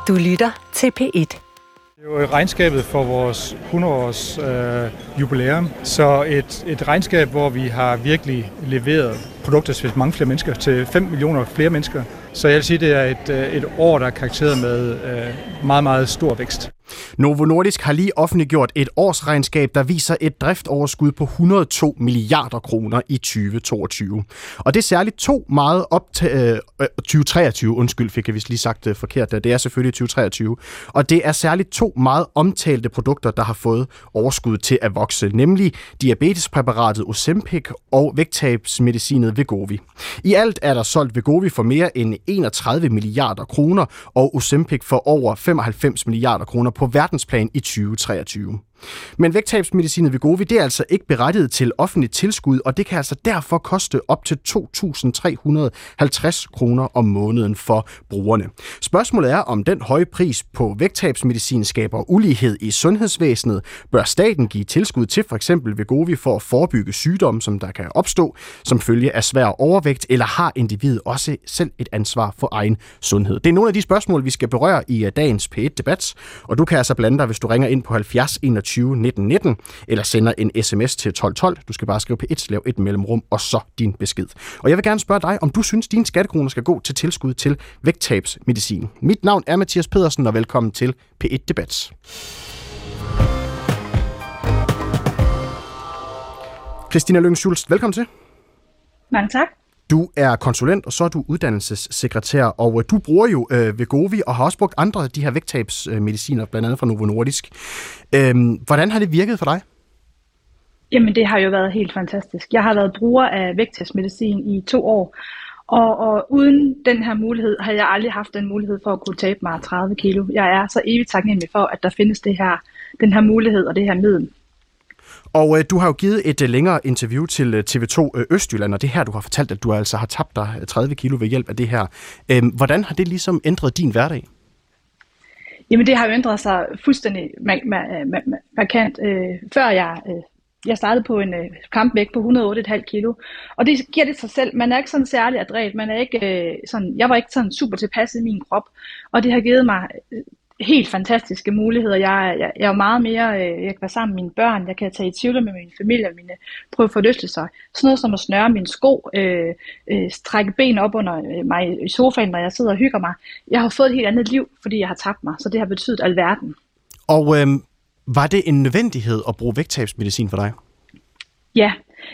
Du lytter til P1. Det er jo regnskabet for vores 100-års jubilæum, så et regnskab, hvor vi har virkelig leveret produkter til mange flere mennesker, til 5 millioner flere mennesker. Så jeg vil sige, det er et år, der er karakteriseret med meget, meget stor vækst. Novo Nordisk har lige offentliggjort et årsregnskab, der viser et driftoverskud på 102 milliarder kroner i 2022. Og det er særligt 2023, fik jeg vist lige sagt forkert, det er selvfølgelig 2023. Og det er særligt 2 meget omtalte produkter, der har fået overskud til at vokse, nemlig diabetespræparatet Ozempic og vægttabsmedicinet Wegovy. I alt er der solgt Wegovy for mere end 31 milliarder kroner og Ozempic for over 95 milliarder kroner på verdensplan i 2023. Men vægttabsmedicinet Wegovy, det er altså ikke berettiget til offentligt tilskud, og det kan altså derfor koste op til 2.350 kroner om måneden for brugerne. Spørgsmålet er, om den høje pris på vægttabsmedicin skaber ulighed i sundhedsvæsenet. Bør staten give tilskud til for eksempel Wegovy for at forebygge sygdomme, som der kan opstå som følge af svær overvægt, eller har individet også selv et ansvar for egen sundhed? Det er nogle af de spørgsmål, vi skal berøre i dagens P1-debat, og du kan altså blande dig, hvis du ringer ind på 70 21 19 19, eller sender en sms til 1212. Du skal bare skrive P1, lav et mellemrum, og så din besked. Og jeg vil gerne spørge dig, om du synes, dine skattekroner skal gå til tilskud til vægttabsmedicin. Mit navn er Mathias Pedersen, og velkommen til P1 Debat. Christina Lyng-Schultz, velkommen til. Mange tak. Du er konsulent, og så er du uddannelsessekretær, og du bruger jo Wegovy og har også brugt andre af de her vægttabsmediciner, blandt andet fra Novo Nordisk. Hvordan har det virket for dig? Jamen, det har jo været helt fantastisk. Jeg har været bruger af vægttabsmedicin i 2 år, og uden den her mulighed har jeg aldrig haft den mulighed for at kunne tabe mig 30 kilo. Jeg er så evigt taknemmelig for, at der findes den her mulighed og det her middel. Og du har jo givet et længere interview til TV2 Østjylland, og det her, du har fortalt, at du altså har tabt dig 30 kilo ved hjælp af det her. Hvordan har det ligesom ændret din hverdag? Jamen, det har jo ændret sig fuldstændig markant. Før jeg startede på en kampvægt på 108,5 kilo, og det giver det sig selv. Man er ikke sådan særlig adræt, jeg var ikke sådan super tilpasset i min krop, og det har givet mig helt fantastiske muligheder. Jeg er jo meget mere, jeg kan være sammen med mine børn, jeg kan tage i tvivl med min familie, prøve forlystelser. Sådan noget som at snøre mine sko, trække ben op under mig i sofaen, når jeg sidder og hygger mig. Jeg har fået et helt andet liv, fordi jeg har tabt mig, så det har betydet alverden. Og var det en nødvendighed at bruge vægttabsmedicin for dig? Ja,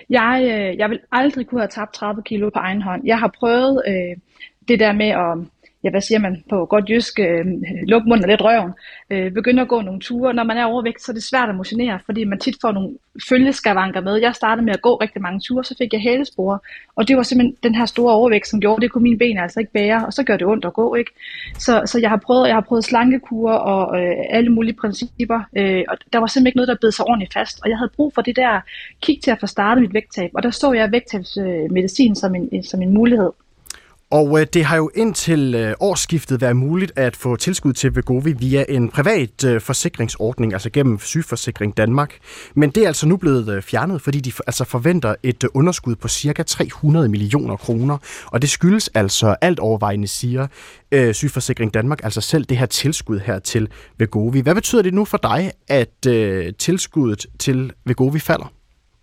jeg vil aldrig kunne have tabt 30 kilo på egen hånd. Jeg har prøvet det der med at, hvad siger man på godt jysk, lukke munden og lidt røven, begynde at gå nogle ture. Når man er overvægt, så er det svært at motionere, fordi man tit får nogle følgeskavanker med. Jeg startede med at gå rigtig mange ture, så fik jeg hælespore, og det var simpelthen den her store overvægt, som gjorde, det kunne mine ben altså ikke bære, og så gør det ondt at gå, ikke? Så jeg har prøvet slankekurer og alle mulige principper, og der var simpelthen ikke noget, der bed sig ordentligt fast, og jeg havde brug for det der kick til at få startet mit vægttab, og der så jeg vægttabsmedicin som en mulighed. Og det har jo indtil årsskiftet været muligt at få tilskud til Wegovy via en privat forsikringsordning, altså gennem Sygeforsikring Danmark. Men det er altså nu blevet fjernet, fordi de altså forventer et underskud på ca. 300 millioner kroner. Og det skyldes altså alt overvejende, siger Sygeforsikring Danmark, altså selv det her tilskud her til Wegovy. Hvad betyder det nu for dig, at tilskuddet til Wegovy falder?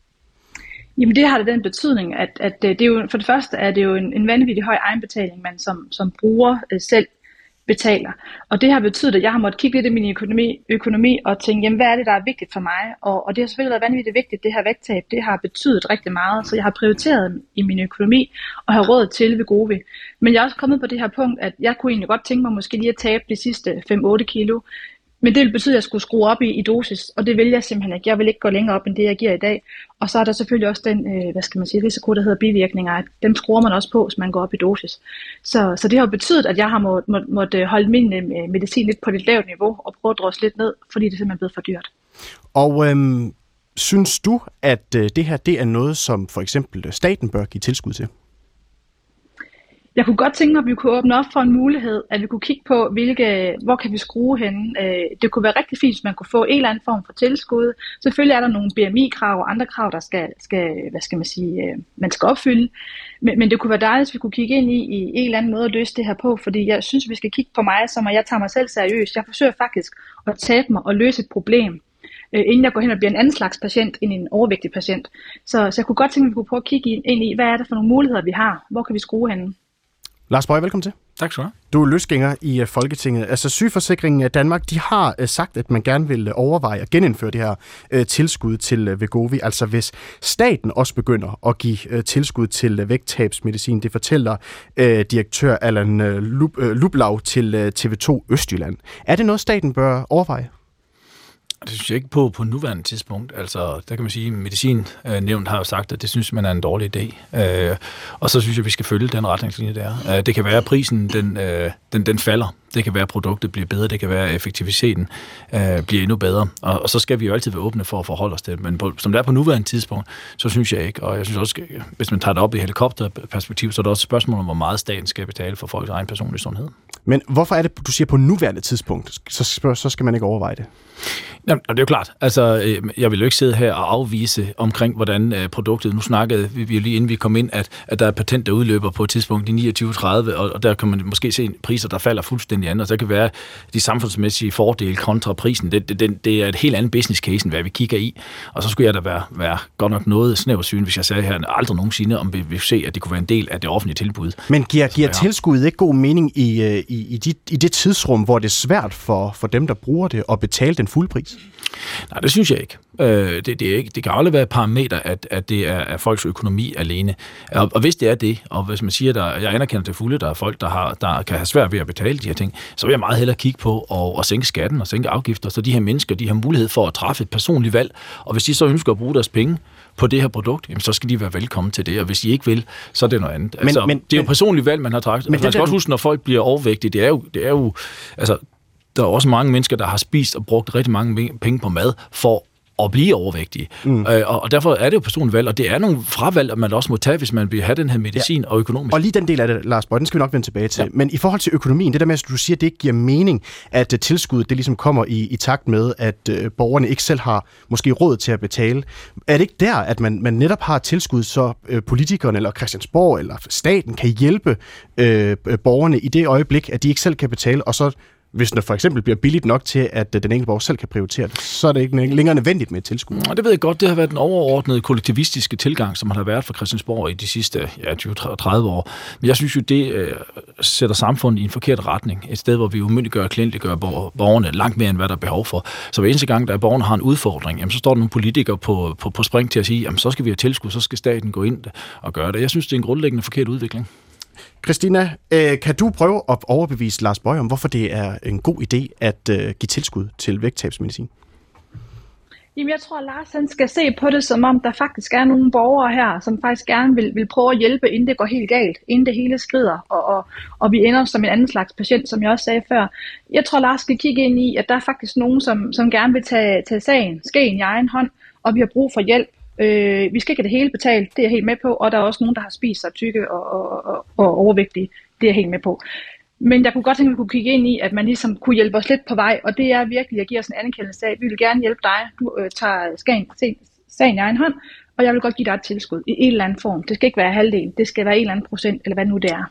Jamen det har det den betydning, at det er jo, for det første er det jo en vanvittig høj egenbetaling, man som bruger selv betaler. Og det har betydet, at jeg har måttet kigge lidt i min økonomi og tænke, jamen hvad er det, der er vigtigt for mig? Og det har selvfølgelig været vanvittigt vigtigt, det her vægttab. Det har betydet rigtig meget, så jeg har prioriteret i min økonomi og har råd til Wegovy. Men jeg er også kommet på det her punkt, at jeg kunne egentlig godt tænke mig måske lige at tabe de sidste 5-8 kilo. Men det vil betyde, at jeg skulle skrue op i dosis, og det vil jeg simpelthen ikke. Jeg vil ikke gå længere op, end det jeg giver i dag. Og så er der selvfølgelig også den, risiko, der hedder bivirkninger, at dem skruer man også på, hvis man går op i dosis. Så det har betydet, at jeg har måttet holde min medicin lidt på et lavt niveau, og prøve at drosle lidt ned, fordi det simpelthen er blevet for dyrt. Og synes du, at det her det er noget, som for eksempel staten bør give tilskud til? Jeg kunne godt tænke mig, at vi kunne åbne op for en mulighed, at vi kunne kigge på, hvor kan vi skrue henne. Det kunne være rigtig fint, hvis man kunne få en eller anden form for tilskud. Selvfølgelig er der nogle BMI-krav og andre krav, der man skal opfylde. Men det kunne være dejligt, hvis vi kunne kigge ind i en eller anden måde at løse det her på, fordi jeg synes, vi skal kigge på mig, som at jeg tager mig selv seriøst. Jeg forsøger faktisk at tabe mig og løse et problem, inden jeg går hen og bliver en anden slags patient end en overvægtig patient. Så jeg kunne godt tænke, at vi kunne prøve at kigge ind i, hvad er det for nogle muligheder, vi har? Hvor kan vi skrue henne? Lars Boje, velkommen til. Tak skal du have. Du er løsgænger i Folketinget. Altså Sygeforsikringen af Danmark, de har sagt, at man gerne vil overveje at genindføre det her tilskud til Wegovy. Altså hvis staten også begynder at give tilskud til vægttabsmedicin, det fortæller direktør Allan Lublau til TV2 Østjylland. Er det noget, staten bør overveje? Det synes jeg ikke på nuværende tidspunkt. Altså, der kan man sige, at Medicinnævnet har jo sagt, at det synes man er en dårlig idé. Og så synes jeg, at vi skal følge den retningslinje der. Det kan være, at prisen den falder. Det kan være, at produktet bliver bedre. Det kan være, at effektiviteten bliver endnu bedre. Og så skal vi jo altid være åbne for at forholde os til det. Men som det er på nuværende tidspunkt, så synes jeg ikke. Og jeg synes også, hvis man tager det op i helikopterperspektiv, så er der også et spørgsmål om, hvor meget staten skal betale for folks egen personlige sundhed. Men hvorfor er det, du siger på nuværende tidspunkt? Så skal man ikke overveje det. Jamen, det er jo klart. Altså, jeg vil jo ikke sidde her og afvise omkring, hvordan produktet... Nu snakkede vi jo lige inden vi kom ind, at der er patent, der udløber på et tidspunkt i 29-30, og der kan man måske se priser, der falder fuldstændig andet, og så kan være de samfundsmæssige fordele kontra prisen. Det er et helt andet business case, end hvad vi kigger i. Og så skulle jeg da være godt nok noget snæversyn, hvis jeg sagde her aldrig nogensinde, om vi vil se, at det kunne være en del af det offentlige tilbud. Men giver tilskuddet ikke god mening i det tidsrum, hvor det er svært for dem, der bruger det, at betale den fulde pris? Nej, det synes jeg ikke. Det kan aldrig være et parameter, at det er folks økonomi alene. Og hvis det er det, og hvis man siger, at jeg anerkender til fulde, der er folk, der kan have svært ved at betale de her ting, så vil jeg meget hellere kigge på at sænke skatten og sænke afgifter, så de her mennesker, de har mulighed for at træffe et personligt valg. Og hvis de så ønsker at bruge deres penge på det her produkt, jamen, så skal de være velkommen til det. Og hvis de ikke vil, så er det noget andet. Det er jo et personligt valg, man har træffet. Man skal også huske, når folk bliver overvægtige, det er jo altså, der er også mange mennesker, der har spist og brugt rigtig mange penge på mad for at blive overvægtige. Og derfor er det jo personligt valg, og det er nogle fravalg, man også må tage, hvis man vil have den her medicin og økonomisk. Og lige den del af det, Lars Boje, den skal vi nok vende tilbage til. Ja. Men i forhold til økonomien, det der med, at du siger, at det ikke giver mening, at tilskuddet det ligesom kommer i takt med, at borgerne ikke selv har måske råd til at betale. Er det ikke der, at man netop har tilskud, så politikerne eller Christiansborg eller staten kan hjælpe borgerne i det øjeblik, at de ikke selv kan betale, og så hvis det for eksempel bliver billigt nok til, at den enkelte borger selv kan prioritere det, så er det ikke længere nødvendigt med et tilskud. Og det ved jeg godt, det har været den overordnede kollektivistiske tilgang, som har været for Christiansborg i de sidste 20-30 år. Men jeg synes jo, det sætter samfundet i en forkert retning. Et sted, hvor vi umyndiggør og klientliggør borgerne langt mere, end hvad der er behov for. Så hver eneste gang, der er borgerne har en udfordring, jamen, så står der nogle politikere på spring til at sige, jamen, så skal vi have tilskud, så skal staten gå ind og gøre det. Jeg synes, det er en grundlæggende forkert udvikling. Christina, kan du prøve at overbevise Lars Boje om, hvorfor det er en god idé at give tilskud til vægttabsmedicin? Jamen, jeg tror, at Lars han skal se på det, som om der faktisk er nogle borgere her, som faktisk gerne vil prøve at hjælpe, inden det går helt galt, inden det hele skrider, og vi ender som en anden slags patient, som jeg også sagde før. Jeg tror, Lars skal kigge ind i, at der er faktisk nogen, som gerne vil tage skeen i egen hånd, og vi har brug for hjælp. Vi skal ikke have det hele betalt, det er jeg helt med på, og der er også nogen, der har spist sig tykke og overvægtige, det er jeg helt med på. Men jeg kunne godt tænke, at vi kunne kigge ind i, at man ligesom kunne hjælpe os lidt på vej, og det er virkelig at give os en anerkendelse af, vi vil gerne hjælpe dig, du tager sagen i egen hånd, og jeg vil godt give dig et tilskud i en eller anden form. Det skal ikke være halvdelen, det skal være 1 eller anden procent, eller hvad nu det er.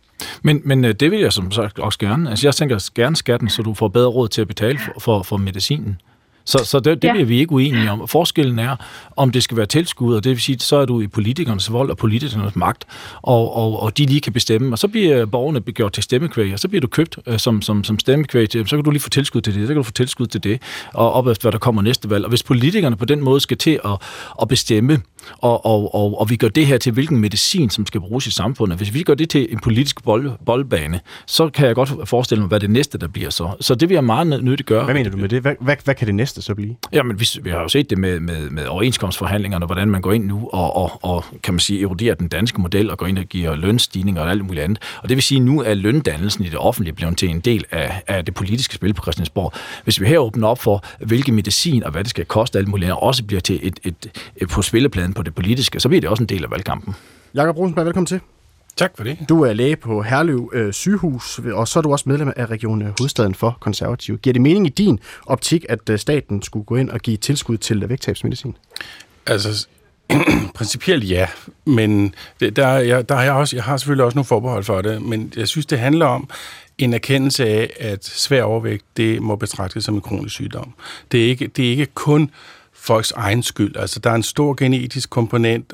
Men det vil jeg som sagt også gerne. Altså jeg tænker gerne skatten, så du får bedre råd til at betale for medicinen. Så det bliver vi ikke uenige om. Forskellen er, om det skal være tilskud, og det vil sige, så er du i politikernes vold og politikernes magt, og de lige kan bestemme, og så bliver borgerne gjort til stemmekvæg, og så bliver du købt som stemmekvæg til, så kan du lige få tilskud til det, så kan du få tilskud til det, og op efter, hvad der kommer næste valg. Og hvis politikerne på den måde skal til at bestemme, og vi gør det her til, hvilken medicin, som skal bruges i samfundet, hvis vi gør det til en politisk boldbane, så kan jeg godt forestille mig, hvad det næste, der bliver så. Så det vil jeg meget nødt gøre. Hvad mener du med det? Hvad kan det næste så blive? Jamen, vi har jo set det med overenskomstforhandlingerne, hvordan man går ind nu og kan man sige, eroderer den danske model og går ind og giver lønstigninger og alt muligt andet. Og det vil sige, at nu er løndannelsen i det offentlige blevet til en del af det politiske spil på Christiansborg. Hvis vi her åbner op for, hvilke medicin og hvad det skal koste alt muligt andet, også bliver til et på spillepladen på det politiske, så bliver det også en del af valgkampen. Jakob Rosenberg, velkommen til. Tak for det. Du er læge på Herlev sygehus, og så er du også medlem af Region Hovedstaden for Konservative. Giver det mening i din optik, at staten skulle gå ind og give tilskud til vægttabsmedicin? Altså, principielt ja, men jeg har selvfølgelig også nogle forbehold for det, men jeg synes, det handler om en erkendelse af, at svær overvægt, det må betragtes som en kronisk sygdom. Det er ikke kun folks egen skyld. Altså, der er en stor genetisk komponent,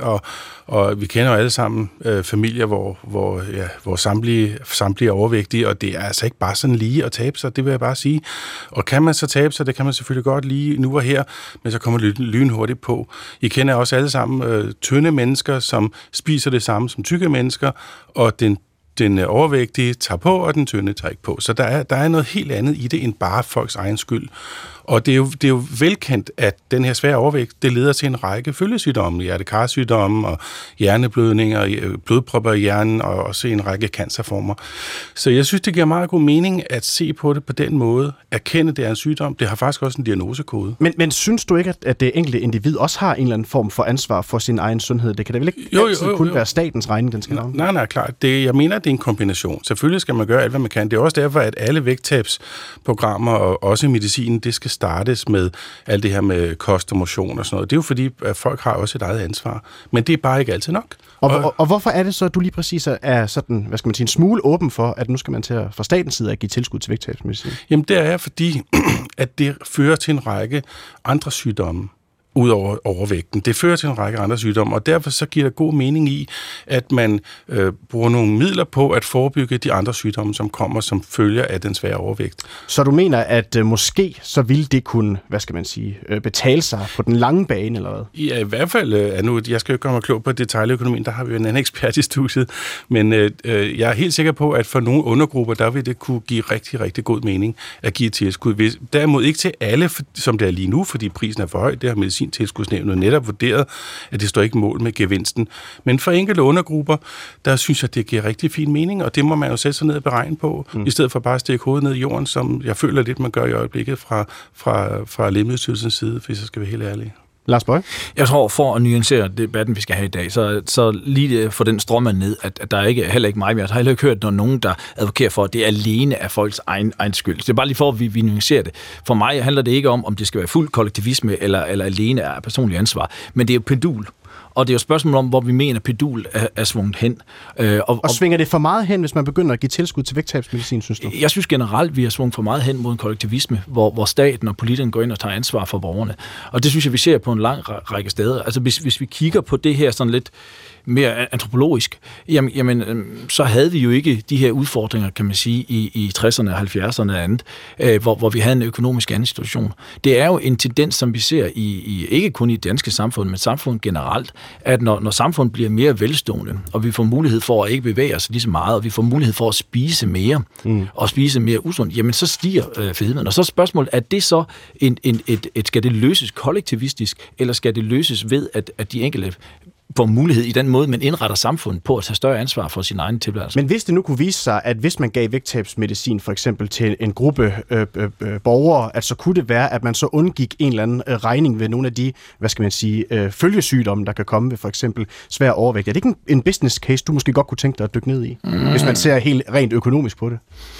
og vi kender jo alle sammen familier, hvor samtlige er overvægtige, og det er altså ikke bare sådan lige at tabe sig, det vil jeg bare sige. Og kan man så tabe sig, det kan man selvfølgelig godt lige nu og her, men så kommer lynhurtigt på. I kender også alle sammen tynde mennesker, som spiser det samme som tykke mennesker, og den overvægtige tager på, og den tynde tager ikke på. Så der er noget helt andet i det, end bare folks egen skyld. Og det er jo velkendt, at den her svære overvægt, det leder til en række følgesygdomme, hjertekarsygdomme og hjerneblødninger, blodpropper i hjernen og også en række cancerformer. Så jeg synes, det giver meget god mening at se på det på den måde, erkende, det er en sygdom. Det har faktisk også en diagnosekode. Men synes du ikke, at det enkelte individ også har en eller anden form for ansvar for sin egen sundhed? Det kan da vel ikke altid kun være statens regning, den skal lave? Nej, klart. Jeg mener, det er en kombination. Selvfølgelig skal man gøre alt, hvad man kan. Det er også derfor, at alle vægttabsprogrammer og også medicinen, det skal startes med alt det her med kost og motion og sådan noget. Det er jo fordi, at folk har også et eget ansvar. Men det er bare ikke altid nok. Og hvorfor er det så, at du lige præcis er sådan, hvad skal man sige, en smule åben for, at nu skal man til fra statens side at give tilskud til vægttabsmedicin? Jamen det er fordi, at det fører til en række andre sygdomme. Ud over overvægten. Det fører til en række andre sygdomme, og derfor så giver det god mening i, at man bruger nogle midler på at forebygge de andre sygdomme, som kommer som følger af den svære overvægt. Så du mener, at måske så ville det kunne, hvad skal man sige, betale sig på den lange bane, eller hvad? Ja, i hvert fald, nu, jeg skal jo ikke gøre mig klog på detaljøkonomien, der har vi jo en anden ekspert i studiet, men jeg er helt sikker på, at for nogle undergrupper, der vil det kunne give rigtig, rigtig god mening at give tilskud. Derimod ikke til alle, som det er lige nu, fordi prisen er for høj, det har Medicintilskudsnævnet netop vurderet, at det står ikke mål med gevinsten. Men for enkelte undergrupper, der synes jeg, det giver rigtig fin mening, og det må man jo sætte sig ned og beregne på, i stedet for bare at stikke hovedet ned i jorden, som jeg føler lidt, man gør i øjeblikket fra Lægemiddelstyrelsens side, hvis jeg skal være helt ærlig. Lars Boje? Jeg tror, for at nuancere debatten, vi skal have i dag, så lige for den strømmer ned, at der er heller ikke mig mere. Jeg har heller ikke hørt nogen, der advokerer for, at det er alene af folks egen skyld. Så det er bare lige for, at vi nuancerer det. For mig handler det ikke om det skal være fuld kollektivisme eller alene af personlig ansvar, men det er jo pendul. Og det er jo et spørgsmål om, hvor vi mener, at pendul er svunget hen. Og svinger det for meget hen, hvis man begynder at give tilskud til vægttabsmedicin, synes du? Jeg synes generelt, vi har svunget for meget hen mod en kollektivisme, hvor staten og politikerne går ind og tager ansvar for borgerne. Og det synes jeg, vi ser på en lang række steder. Altså hvis vi kigger på det her sådan lidt mere antropologisk, jamen, så havde vi jo ikke de her udfordringer, kan man sige, i 60'erne og 70'erne og andet, hvor vi havde en økonomisk anden situation. Det er jo en tendens, som vi ser ikke kun i det danske samfund, men samfundet generelt, at når samfundet bliver mere velstående, og vi får mulighed for at ikke bevæge os lige så meget, og vi får mulighed for at spise mere, og spise mere usundt, jamen så stiger fedmen. Og så er spørgsmålet, er det så skal det løses kollektivistisk, eller skal det løses ved, at de enkelte får mulighed i den måde, man indretter samfundet på at tage større ansvar for sin egen tilværelse. Men hvis det nu kunne vise sig, at hvis man gav vægttabsmedicin for eksempel til en gruppe borgere, at så kunne det være, at man så undgik en eller anden regning ved nogle af de, hvad skal man sige, følgesygdomme, der kan komme ved for eksempel svær overvægt. Er det ikke en business case, du måske godt kunne tænke dig at dykke ned i, hvis man ser helt rent økonomisk på det?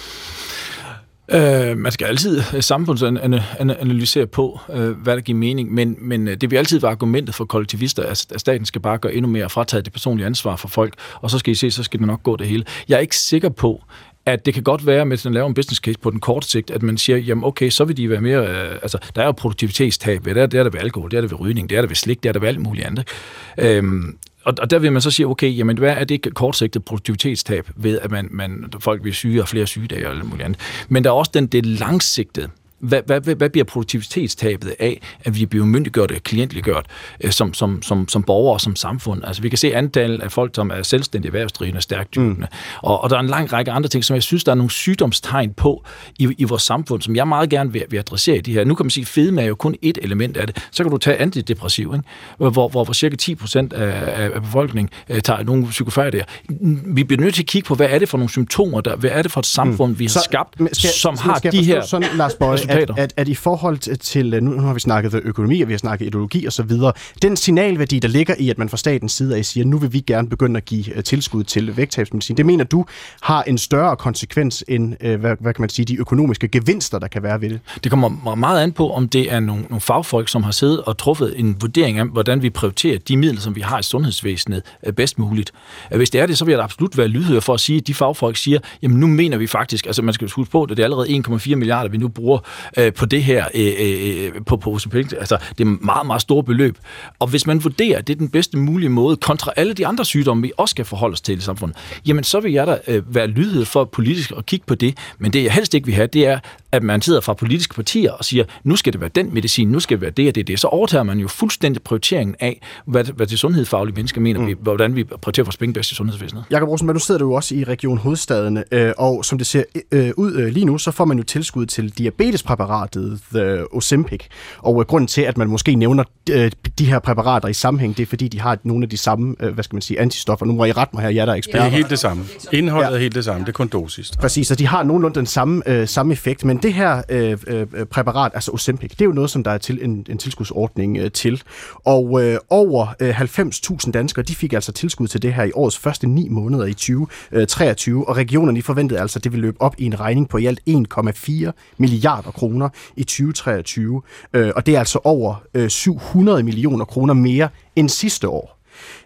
Man skal altid samfundsanalysere på, hvad der giver mening, men det vil altid være argumentet for kollektivister, at staten skal bare gøre endnu mere og fratage det personlige ansvar for folk, og så skal I se, så skal det nok gå det hele. Jeg er ikke sikker på, at det kan godt være, at man laver en business case på den korte sigt, at man siger, jamen okay, så vil de være mere, der er jo produktivitetstab, det er der ved alkohol, det er der ved rygning, det er der ved slik, det er der ved alt muligt andet. Og der vil man så sige, okay, jamen hvad er det kortsigtet produktivitetstab ved, at folk bliver syge og flere sygedage og alt muligt andet. Men der er også det langsigtede. Hvad bliver produktivitetstabet af, at vi bliver myndiggjort og klientliggjort som borgere og som samfund? Altså vi kan se antallet af folk, som er selvstændige erhvervsdrivende, stærkt dybende. Og der er en lang række andre ting, som jeg synes, der er nogle sygdomstegn på i vores samfund, som jeg meget gerne vil adressere i de her. Nu kan man sige, at fedme er jo kun et element af det. Så kan du tage antidepressiv, ikke? Hvor cirka 10% af befolkningen tager nogle psykofarmaka. Vi bliver nødt til at kigge på, hvad er det for nogle symptomer, hvad er det for et samfund, vi har skabt, som har de her... Sådan, Lars Boje, resultater. At i forhold til, nu har vi snakket økonomi, og vi har snakket ideologi osv., den signalværdi, der ligger i, at man fra statens side af siger, nu vil vi gerne begynde at give tilskud til vægttabsmedicin, det mener du har en større konsekvens end, hvad kan man sige, de økonomiske gevinster, der kan være ved det? Det kommer meget an på, om det er nogle fagfolk, som har siddet og truffet en vurdering af, hvordan vi prioriterer de midler, som vi har i sundhedsvæsenet bedst muligt. Hvis det er det, så vil jeg da absolut være lydhør for at sige, at de fagfolk siger, jamen nu mener vi faktisk, altså man skal huske på, at det er allerede 1,4 milliarder, vi nu bruger på det her, på Ozempic. Altså det er meget, meget store beløb. Og hvis man vurderer, at det er den bedste mulige måde, kontra alle de andre sygdomme, vi også skal forholde os til i samfundet, jamen så vil jeg da være lydhør for politisk at kigge på det. Men det, jeg helst ikke vil have, det er, at man sidder fra politiske partier og siger, nu skal det være den medicin, nu skal det være det og det. Så overtager man jo fuldstændig prioriteringen af, hvad det sundhedsfaglige mennesker mener, hvordan vi prioriterer vores penge bedst i sundhedsvæsenet. Jakob Rosenberg, nu sidder du jo også i Region Hovedstaden, og som det ser ud lige nu, så får man jo tilskud til diabetespræparatet Ozempic. Og grunden til, at man måske nævner de her præparater i sammenhæng, det er, fordi de har nogle af de samme, antistoffer. Nu må I rette mig her, jeg der er ekspert. Det er helt det samme. Indholdet er helt det samme. Det er kun dosis. Præcis, så de har nogenlunde den samme effekt, men det her præparat, altså Ozempic, det er jo noget, som der er til en tilskudsordning til. Og over 90.000 danskere, de fik altså tilskud til det her i årets første 9 måneder i 2023, og regionerne forventede altså, at det vil løbe op i en regning på i alt 1,4 milliarder kroner i 2023, og det er altså over 700 millioner kroner mere end sidste år.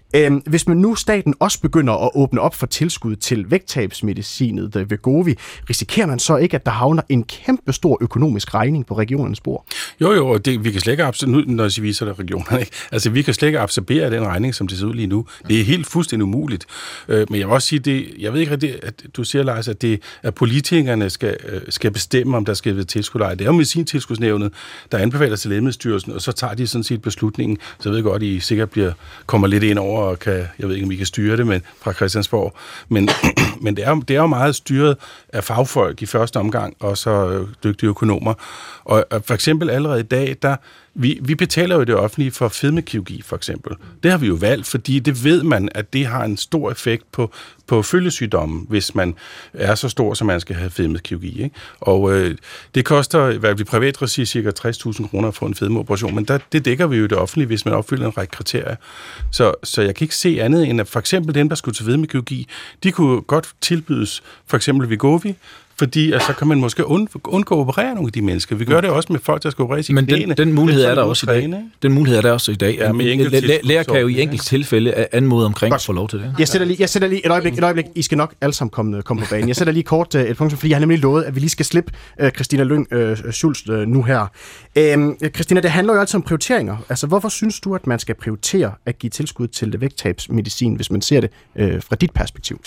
Hvis man nu staten også begynder at åbne op for tilskud til vægttabsmedicinet Wegovy, risikerer man så ikke, at der havner en kæmpe stor økonomisk regning på regionernes bord? Jo, vi kan slet ikke når vi viser det regionerne, ikke? Altså, vi kan slet ikke absorbere den regning, som det ser ud lige nu. Det er helt fuldstændig umuligt. Men jeg vil også sige, det, jeg ved ikke rigtig, at du siger, Lars, at det at politikerne skal bestemme, om der skal være tilskud eller ej. Det er jo Medicintilskudsnævnet, der anbefaler til Lægemiddelstyrelsen, og så tager de sådan set beslutningen. Så jeg ved godt, at I sikkert kommer lidt ind over og jeg ved ikke, om I kan styre det fra Christiansborg, men det er jo meget styret af fagfolk i første omgang, og så dygtige økonomer. Og for eksempel allerede i dag, vi betaler jo det offentlige for fedmekirurgi, for eksempel. Det har vi jo valgt, fordi det ved man, at det har en stor effekt på følgesygdomme, hvis man er så stor, som man skal have fedmekirurgi. Ikke? Og det koster i hvert fald i privat regi ca. 60.000 kroner for en fedmeoperation, men det dækker vi jo det offentlige, hvis man opfylder en række kriterier. Så jeg kan ikke se andet end, at for eksempel dem, der skulle til fedmekirurgi, de kunne godt tilbydes for eksempel Wegovy, fordi så kan man måske undgå at operere nogle af de mennesker. Vi gør det også med folk, der skal opereres i knæene. Men den mulighed er der også i dag. Den mulighed er der også i dag. Ja, læger kan jo i enkelt tilfælde anmode omkring at få lov til det. Jeg sætter lige et øjeblik. I skal nok alle sammen komme på banen. Jeg sætter lige kort et punkt, fordi jeg har nemlig lovet, at vi lige skal slippe Christina Lyng Schultz nu her. Christina, det handler jo altid om prioriteringer. Altså, hvorfor synes du, at man skal prioritere at give tilskud til vægttabsmedicin, hvis man ser det fra dit perspektiv?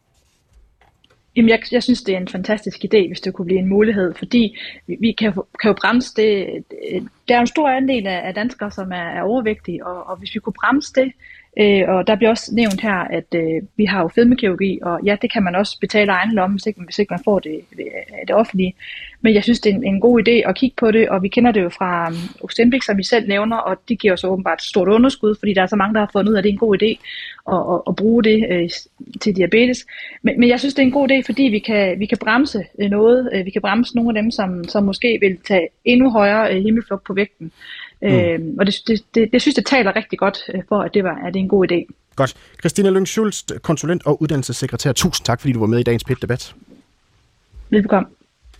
Jamen, jeg synes, det er en fantastisk idé, hvis det kunne blive en mulighed, fordi vi kan jo bremse det. Der er en stor andel af danskere, som er overvægtige, og hvis vi kunne bremse det, og der bliver også nævnt her, at vi har jo fedmekirurgi, og ja, det kan man også betale egen lomme, hvis ikke man får det af det offentlige. Men jeg synes, det er en god idé at kigge på det, og vi kender det jo fra Ozempic, som I selv nævner, og det giver så åbenbart et stort underskud, fordi der er så mange, der har fundet ud af, at det er en god idé at bruge det til diabetes. Men jeg synes, det er en god idé, fordi vi kan bremse noget. Vi kan bremse nogle af dem, som måske vil tage endnu højere himmelflugt på vægten. Og det synes jeg taler rigtig godt for, at det er en god idé. Godt. Christina Lyng Schultz, konsulent og uddannelsessekretær. Tusind tak, fordi du var med i dagens PET-debat. Velbekomme.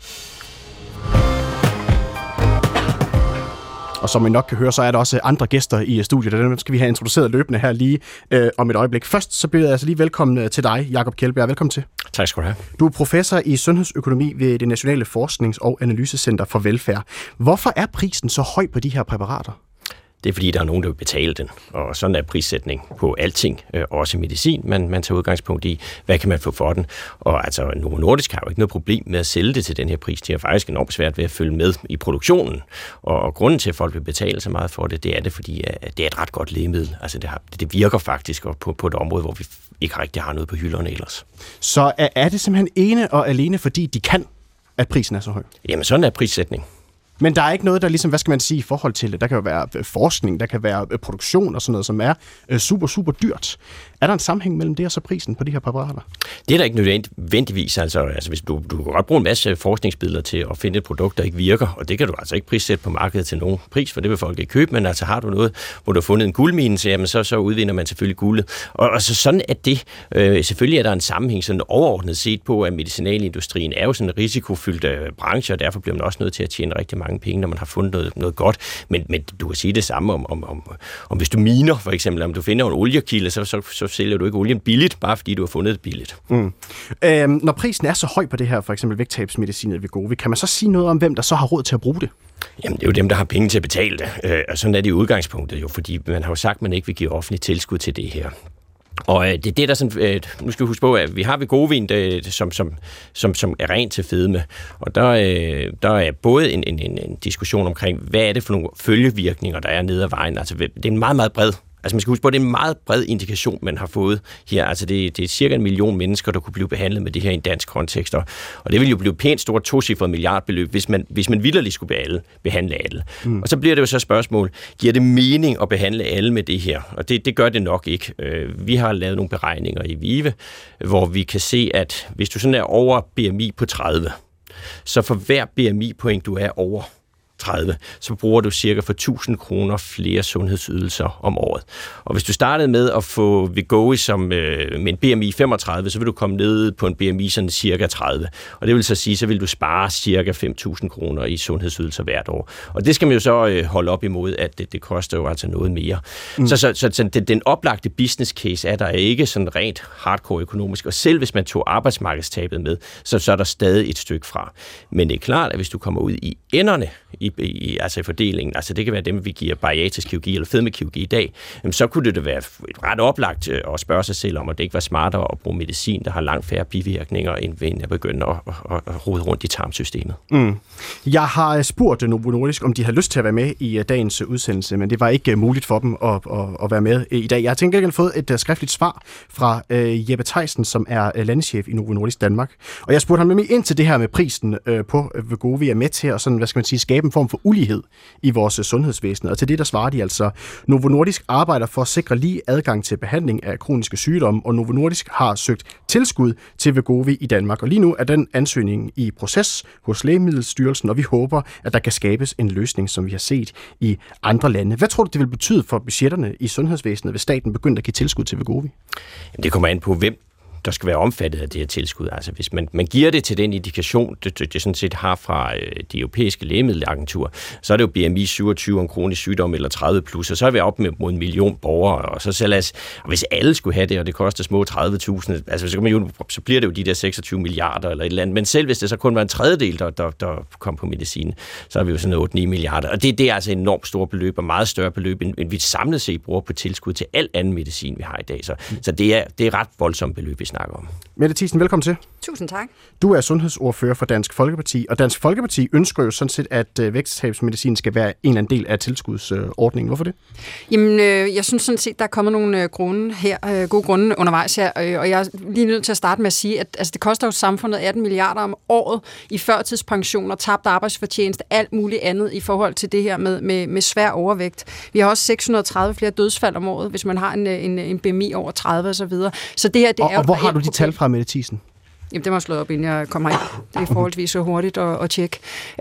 Og som I nok kan høre, så er der også andre gæster i studiet, og dem skal vi have introduceret løbende her lige om et øjeblik. Først så byder jeg altså lige velkommen til dig, Jakob Kjeldbjerg. Velkommen til. Tak skal du have. Du er professor i sundhedsøkonomi ved det Nationale Forsknings- og Analysecenter for Velfærd. Hvorfor er prisen så høj på de her præparater? Det er fordi, der er nogen, der vil betale den, og sådan er prissætning på alting, også medicin. Man tager udgangspunkt i, hvad kan man få for den. Og altså, Novo Nordisk har jo ikke noget problem med at sælge det til den her pris. De har faktisk enormt svært ved at følge med i produktionen. Og grunden til, at folk vil betale så meget for det, det er det, fordi det er et ret godt lægemiddel. Altså, det virker faktisk på et område, hvor vi ikke rigtig har noget på hylderne ellers. Så er det simpelthen ene og alene, fordi de kan, at prisen er så høj? Jamen, sådan er prissætning. Men der er ikke noget, der ligesom, hvad skal man sige, i forhold til det? Der kan jo være forskning, der kan være produktion og sådan noget, som er super, super dyrt. Er der en sammenhæng mellem det og så prisen på de her præparater? Det er der ikke nødvendigvis. Altså hvis du kan godt bruge en masse forskningsbilleder til at finde et produkt, der ikke virker, og det kan du altså ikke prissætte på markedet til nogen pris, for det vil folk ikke købe, men altså har du noget, hvor du har fundet en guldmine, så udvinder man selvfølgelig guldet. Og så sådan er det. Selvfølgelig er der en sammenhæng sådan overordnet set på, at medicinalindustrien er jo sådan en risikofyldt branche, og derfor bliver man også nødt til at tjene rigtig mange penge, når man har fundet noget godt. Men du kan sige det samme om hvis du miner, for eksempel, om du finder en oliekilde, så sælger du ikke olien billigt, bare fordi du har fundet det billigt. Når prisen er så høj på det her, for eksempel vægttabsmedicinet Wegovy, kan man så sige noget om, hvem der så har råd til at bruge det? Jamen, det er jo dem, der har penge til at betale det. Og sådan er det i udgangspunktet jo, fordi man har jo sagt, at man ikke vil give offentligt tilskud til det her. Og det er det, der sådan... Nu skal vi huske på, at vi har Wegovy, som er rent til fedme. Og der er både en diskussion omkring, hvad er det for nogle følgevirkninger, der er nede ad vejen. Altså, det er en meget, meget bred... Altså man skal huske på, at det er en meget bred indikation, man har fået her. Altså det er cirka 1 million mennesker, der kunne blive behandlet med det her i en dansk kontekst. Og det vil jo blive pænt stort tocifret milliardbeløb, hvis man vitterligt skulle behandle alle. Og så bliver det jo så et spørgsmål, giver det mening at behandle alle med det her? Og det gør det nok ikke. Vi har lavet nogle beregninger i VIVE, hvor vi kan se, at hvis du sådan er over BMI på 30, så for hver BMI-point, du er over 30, så bruger du cirka for 1.000 kroner flere sundhedsydelser om året. Og hvis du startede med at få Wegovy med en BMI 35, så vil du komme ned på en BMI sådan cirka 30. Og det vil så sige, så vil du spare cirka 5.000 kroner i sundhedsydelser hvert år. Og det skal man jo så holde op imod, at det koster jo altså noget mere. Så den oplagte business case er der ikke sådan rent hardcore økonomisk. Og selv hvis man tog arbejdsmarkedstabet med, så er der stadig et stykke fra. Men det er klart, at hvis du kommer ud i enderne, altså i fordelingen, altså det kan være dem, vi giver bariatrisk kirurgi eller fedmekirurgi i dag, så kunne det være ret oplagt at spørge sig selv om, at det ikke var smartere at bruge medicin, der har langt færre bivirkninger, end at begynde at rode rundt i tarmsystemet. Jeg har spurgt Novo Nordisk, om de har lyst til at være med i dagens udsendelse, men det var ikke muligt for dem at være med i dag. Jeg har tænkt, at jeg har fået et skriftligt svar fra Jeppe Theisen, som er landeschef i Novo Nordisk Danmark. Og jeg spurgte ham nemlig ind til det her med prisen på Wegovy er med til at sådan, hvad skal man sige, skabe en form for ulighed i vores sundhedsvæsen. Og til det, der svarer de altså, Novo Nordisk arbejder for at sikre lige adgang til behandling af kroniske sygdomme, og Novo Nordisk har søgt tilskud til Wegovy i Danmark. Og lige nu er den ansøgning i proces hos Lægemiddelstyrelsen, og vi håber, at der kan skabes en løsning, som vi har set i andre lande. Hvad tror du, det vil betyde for budgetterne i sundhedsvæsenet, hvis staten begynder at give tilskud til Wegovy? Det kommer an på, hvem der skal være omfattet af det her tilskud. Altså hvis man giver det til den indikation, det sådan set har fra de europæiske lægemiddelagentur, så er det jo BMI 27 om kronisk sygdom eller 30 plus, og så er vi op mod 1 million borgere, og og hvis alle skulle have det, og det koster små 30.000, altså så bliver det jo de der 26 milliarder eller et eller andet, men selv hvis det så kun var en tredjedel, der kom på medicin, så er vi jo sådan 8-9 milliarder, og det er altså enormt store beløb, og meget større beløb, end vi samlet set bruger på tilskud til al anden medicin, vi har i dag. Så det er ret voldsomt beløb, vi snakker om. Mette Thiesen, velkommen til. Tusind tak. Du er sundhedsordfører for Dansk Folkeparti, og Dansk Folkeparti ønsker jo sådan set, at vægttabsmedicin skal være en eller anden del af tilskudsordningen. Hvorfor det? Jamen, jeg synes sådan set, der er kommet nogle gode grunde undervejs her, og jeg er lige nødt til at starte med at sige, at altså, det koster jo samfundet 18 milliarder om året i førtidspensioner, tabt arbejdsfortjeneste, alt muligt andet i forhold til det her med svær overvægt. Vi har også 630 flere dødsfald om året, hvis man har en BMI over 30 og så videre. Så det her, det er jo hvor har du de tal fra, Mette Thiesen? Jamen, det må jeg slå op, inden jeg kommer ind. Det er forholdsvis så hurtigt at tjekke.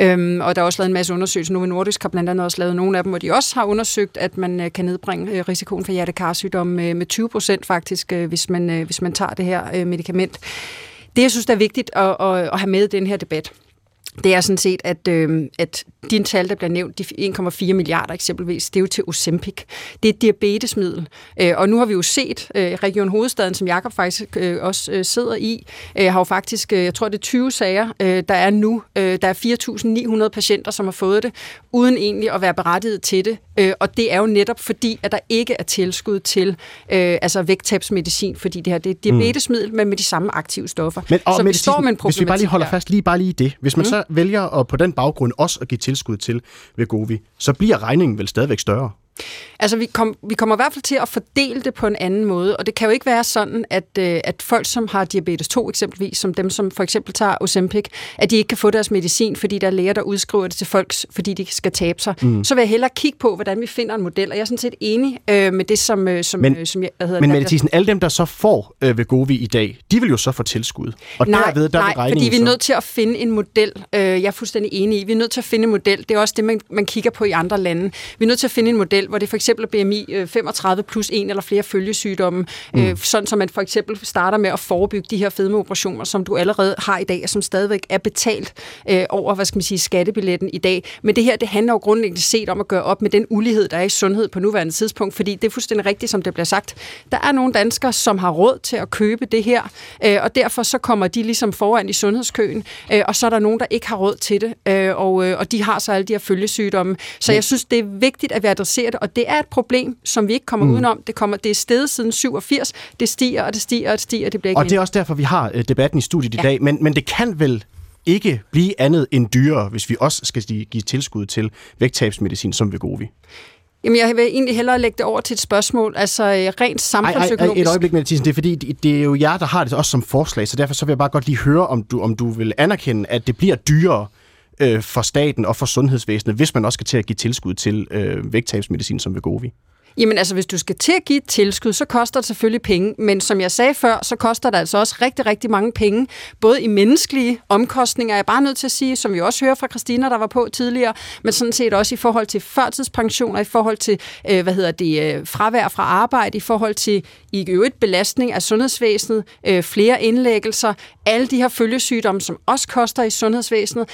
Og der er også lavet en masse undersøgelser. Novo Nordisk har blandt andet også lavet nogle af dem, hvor de også har undersøgt, at man kan nedbringe risikoen for hjertekarsygdomme med 20% faktisk, hvis man tager det her medicament. Det, jeg synes, der er vigtigt at have med i den her debat, det er sådan set, at dine tal, der bliver nævnt, de 1,4 milliarder eksempelvis, det er jo til Ozempic. Det er et diabetesmiddel. Og nu har vi jo set, Region Hovedstaden, som Jakob faktisk også sidder i, har jo faktisk, jeg tror det er 20 sager, der er nu. Der er 4.900 patienter, som har fået det, uden egentlig at være berettiget til det. Og det er jo netop fordi, at der ikke er tilskud til vægttabsmedicin, fordi det her det er et diabetesmiddel, men med de samme aktive stoffer. Så vi står med en problematik. Hvis vi bare lige holder fast, bare lige det. Hvis man så vælger at på den baggrund også at give tilskud til Wegovy, så bliver regningen vel stadigvæk større? Altså, vi kommer i hvert fald til at fordele det på en anden måde, og det kan jo ikke være sådan, at folk, som har diabetes 2 eksempelvis, som dem, som for eksempel tager Ozempic, at de ikke kan få deres medicin, fordi der er læger, der udskriver det til folk, fordi de skal tabe sig. Så vil jeg hellere kigge på, hvordan vi finder en model, og jeg er sådan set enig med det, som jeg... Men Mette Thiesen, alle dem, der så får Wegovy i dag, de vil jo så få tilskud. Og nej, fordi vi er nødt til at finde en model. Jeg er fuldstændig enig i. Vi er nødt til at finde en model. Det er også det, man kigger på i andre lande. Vi er nødt til at finde en model, hvor det for eksempel er BMI 35 plus en eller flere følgesygdomme, sådan som man for eksempel starter med at forebygge de her fedmeoperationer, som du allerede har i dag, og som stadigvæk er betalt over, skattebilletten i dag. Men det her, det handler jo grundlæggende set om at gøre op med den ulighed, der er i sundhed på nuværende tidspunkt, fordi det er fuldstændig rigtigt, som det bliver sagt. Der er nogle danskere, som har råd til at købe det her, og derfor så kommer de ligesom foran i sundhedskøen, og så er der nogen, der ikke har råd til det, og de har så alle de her følgesygdomme. Så jeg synes, det er vigtigt, at vi adresserer det, og det er et problem, som vi ikke kommer udenom. Det er steget siden 87, det stiger, og det stiger, og det stiger, og det bliver ikke. Og det er også derfor, vi har debatten i studiet i dag, men det kan vel ikke blive andet end dyrere, hvis vi også skal give tilskud til vægttabsmedicin som Wegovy? Jamen, jeg vil egentlig hellere lægge det over til et spørgsmål, altså rent samfundsøkonomisk. Et øjeblik, Mette Thiesen, det er fordi, det er jo jer, der har det også som forslag, så derfor så vil jeg bare godt lige høre, om du vil anerkende, at det bliver dyrere for staten og for sundhedsvæsenet, hvis man også skal til at give tilskud til vægttabsmedicin som Wegovy. Jamen altså, hvis du skal til at give et tilskud, så koster det selvfølgelig penge, men som jeg sagde før, så koster det altså også rigtig, rigtig mange penge, både i menneskelige omkostninger, jeg er bare nødt til at sige, som vi også hører fra Christina, der var på tidligere, men sådan set også i forhold til førtidspensioner, i forhold til, fravær fra arbejde, i forhold til i øvrigt belastning af sundhedsvæsenet, flere indlæggelser, alle de her følgesygdomme, som også koster i sundhedsvæsenet,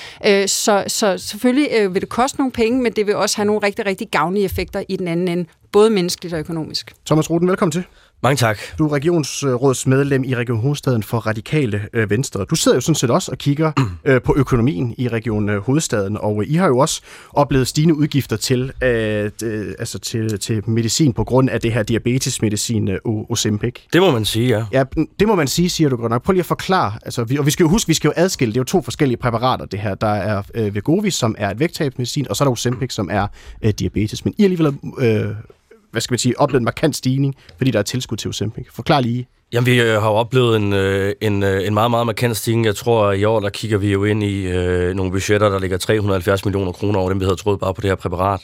så selvfølgelig vil det koste nogle penge, men det vil også have nogle rigtig, rigtig gavnlige effekter i den anden ende, både menneskeligt og økonomisk. Thomas Rothen, velkommen til. Mange tak. Du er regionsrådsmedlem i Region Hovedstaden for Radikale Venstre. Du sidder jo sådan set også og kigger på økonomien i Region Hovedstaden, og I har jo også oplevet stigende udgifter til medicin på grund af det her diabetesmedicin Ozempic. Det må man sige, ja. Ja, det må man sige, siger du godt nok. Prøv lige at forklare. Og vi skal jo huske, vi skal jo adskille. Det er jo 2 forskellige præparater, det her. Der er Wegovy, som er et vægttabsmedicin, og så er der Ozempic, som er diabetes. Men I alligevel oplevet en markant stigning, fordi der er tilskud til Ozempic. Forklar lige. Jamen, vi har jo oplevet en meget, meget markant stigning. Jeg tror, at i år, der kigger vi jo ind i nogle budgetter, der ligger 370 millioner kroner over dem, vi havde troet bare på det her præparat.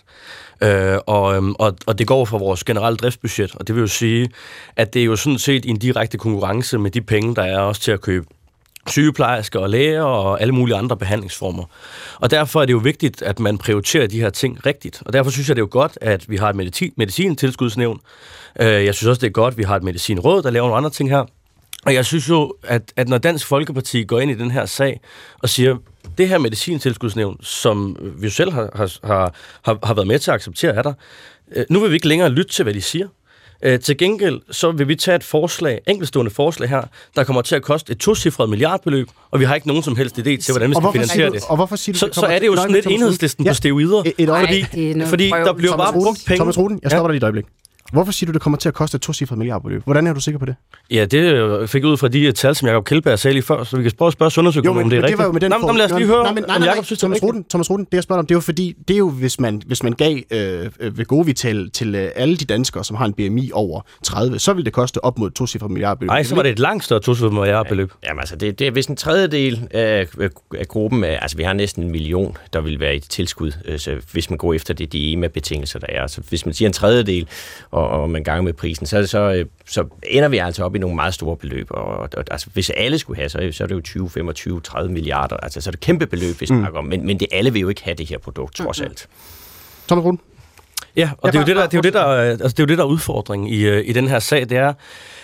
Og det går fra vores generelle driftsbudget, og det vil jo sige, at det er jo sådan set en direkte konkurrence med de penge, der er også til at købe sygeplejersker og læger og alle mulige andre behandlingsformer. Og derfor er det jo vigtigt, at man prioriterer de her ting rigtigt. Og derfor synes jeg, det er jo godt, at vi har et medicintilskudsnævn. Jeg synes også, det er godt, at vi har et medicinråd, der laver nogle andre ting her. Og jeg synes jo, at når Dansk Folkeparti går ind i den her sag og siger, det her medicintilskudsnævn, som vi jo selv har været med til at acceptere, er der. Nu vil vi ikke længere lytte til, hvad de siger. Til gengæld så vil vi tage et enkeltstående forslag her, der kommer til at koste et 2-cifret milliardbeløb, og vi har ikke nogen som helst idé til, hvordan vi skal finansiere det. Og hvorfor siger du, så er det jo sådan lidt Enhedslisten på steroider, fordi der bliver bare brugt penge. Thomas Rothen, jeg stopper dig lige et øjeblik. Hvorfor siger du, det kommer til at koste et 2-cifret milliardbeløb? Hvordan er du sikker på det? Ja, det fik ud fra de tal, som Jacob Kjeldberg sagde lige før, så vi kan spørge sundhedsøkonomen, om det er rigtigt. Lad os lige høre, om Jacob synes, det er rigtigt. Thomas Rothen, det jeg spørger om, det er jo fordi, det er jo, hvis man gav Wegovy til alle de danskere, som har en BMI over 30, så vil det koste op mod et 2-cifret milliardbeløb. Nej, så var det et langt større 2-cifret milliardbeløb. Jamen altså, det er hvis en tredjedel af gruppen, altså vi har næsten 1 million, der vil være i tilskud, så hvis man går efter de EMA-betingelser, der er. Så hvis man siger en tredjedel, og man ganger med prisen, så ender vi altså op i nogle meget store beløb. Og altså, hvis alle skulle have, så er det jo 20, 25, 30 milliarder. Altså, så er det kæmpe beløb, vi snakker om. Men det alle vil jo ikke have det her produkt, trods alt. Thomas Rothen? Ja, og det er jo det, der er udfordringen i den her sag, det er,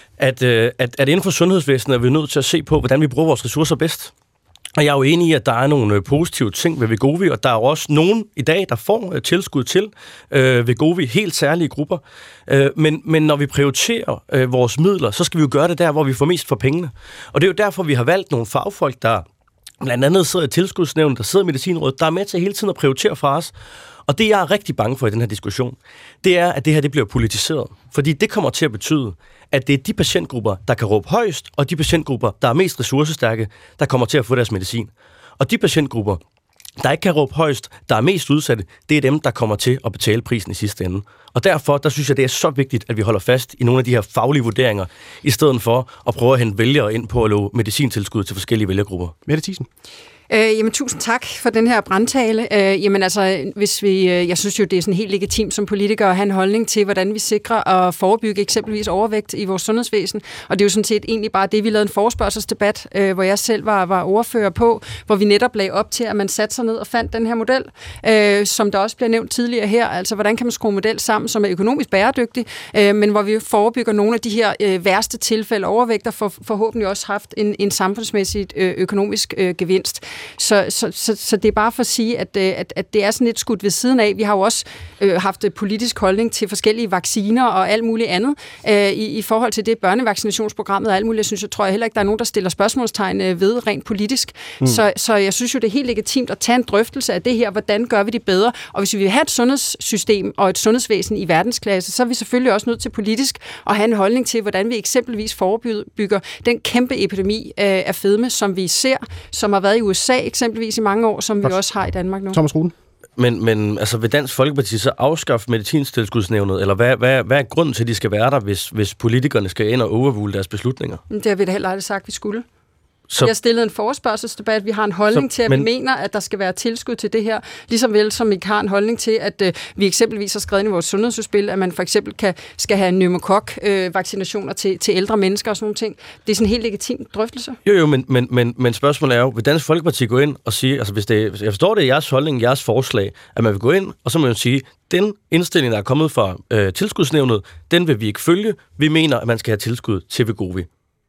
at inden for sundhedsvæsenet er vi nødt til at se på, hvordan vi bruger vores ressourcer bedst. Og jeg er jo enig i, at der er nogle positive ting ved Wegovy, og der er jo også nogen i dag, der får tilskud til Wegovy, helt særlige grupper. Men når vi prioriterer vores midler, så skal vi jo gøre det der, hvor vi får mest for pengene. Og det er jo derfor, vi har valgt nogle fagfolk, der blandt andet sidder i tilskudsnævnet, der sidder i Medicinrådet, der er med til hele tiden at prioritere for os. Og det, jeg er rigtig bange for i den her diskussion, det er, at det her det bliver politiseret. Fordi det kommer til at betyde, at det er de patientgrupper, der kan råbe højst, og de patientgrupper, der er mest ressourcestærke, der kommer til at få deres medicin. Og de patientgrupper, der ikke kan råbe højst, der er mest udsatte, det er dem, der kommer til at betale prisen i sidste ende. Og derfor, der synes jeg, det er så vigtigt, at vi holder fast i nogle af de her faglige vurderinger, i stedet for at prøve at hente vælgere ind på at love medicintilskud til forskellige vælgergrupper. Mette Thiesen. Jamen, tusind tak for den her brandtale. Jamen altså, jeg synes jo, det er sådan helt legitimt som politikere at have en holdning til, hvordan vi sikrer at forebygge eksempelvis overvægt i vores sundhedsvæsen. Og det er jo sådan set egentlig bare det, vi lavede en forespørgselsdebat, hvor jeg selv var ordfører på, hvor vi netop lagde op til, at man satte sig ned og fandt den her model, som der også bliver nævnt tidligere her. Altså, hvordan kan man skrue en model sammen, som er økonomisk bæredygtig, men hvor vi forebygger nogle af de her værste tilfælde overvægt, og forhåbentlig også haft en samfundsmæssigt økonomisk gevinst. Så det er bare for at sige, at det er sådan lidt skudt ved siden af. Vi har jo også haft politisk holdning til forskellige vacciner og alt muligt andet i forhold til det børnevaccinationsprogrammet og alt muligt. Jeg tror heller ikke, der er nogen, der stiller spørgsmålstegn ved rent politisk. Så jeg synes jo, det er helt legitimt at tage en drøftelse af det her. Hvordan gør vi det bedre? Og hvis vi vil have et sundhedssystem og et sundhedsvæsen i verdensklasse, så er vi selvfølgelig også nødt til politisk at have en holdning til, hvordan vi eksempelvis forebygger den kæmpe epidemi af fedme, som vi ser, som har været i USA eksempelvis i mange år, som vi også har i Danmark nu. Thomas Ruden. Men altså, vil Dansk Folkeparti så afskaffe medicintilskudsnævnet, eller hvad er grunden til, at de skal være der, hvis politikerne skal ind og overrule deres beslutninger? Det har vi da heller aldrig sagt, vi skulle. Vi har stillet en forespørgselsdebat. Vi har en holdning til, at vi mener, at der skal være tilskud til det her. Ligesom vel som vi har en holdning til, at vi eksempelvis har skrevet i vores sundhedsudspil, at man for eksempel skal have pneumokok-vaccinationer til ældre mennesker og sådan nogle ting. Det er sådan en helt legitim drøftelse. Jo, men spørgsmålet er jo, vil Dansk Folkeparti gå ind og sige, altså jeg forstår det i jeres holdning, jeres forslag, at man vil gå ind, og så må man jo sige, den indstilling, der er kommet fra tilskudsnævnet, den vil vi ikke følge. Vi mener, at man skal have tilskud til Wegovy.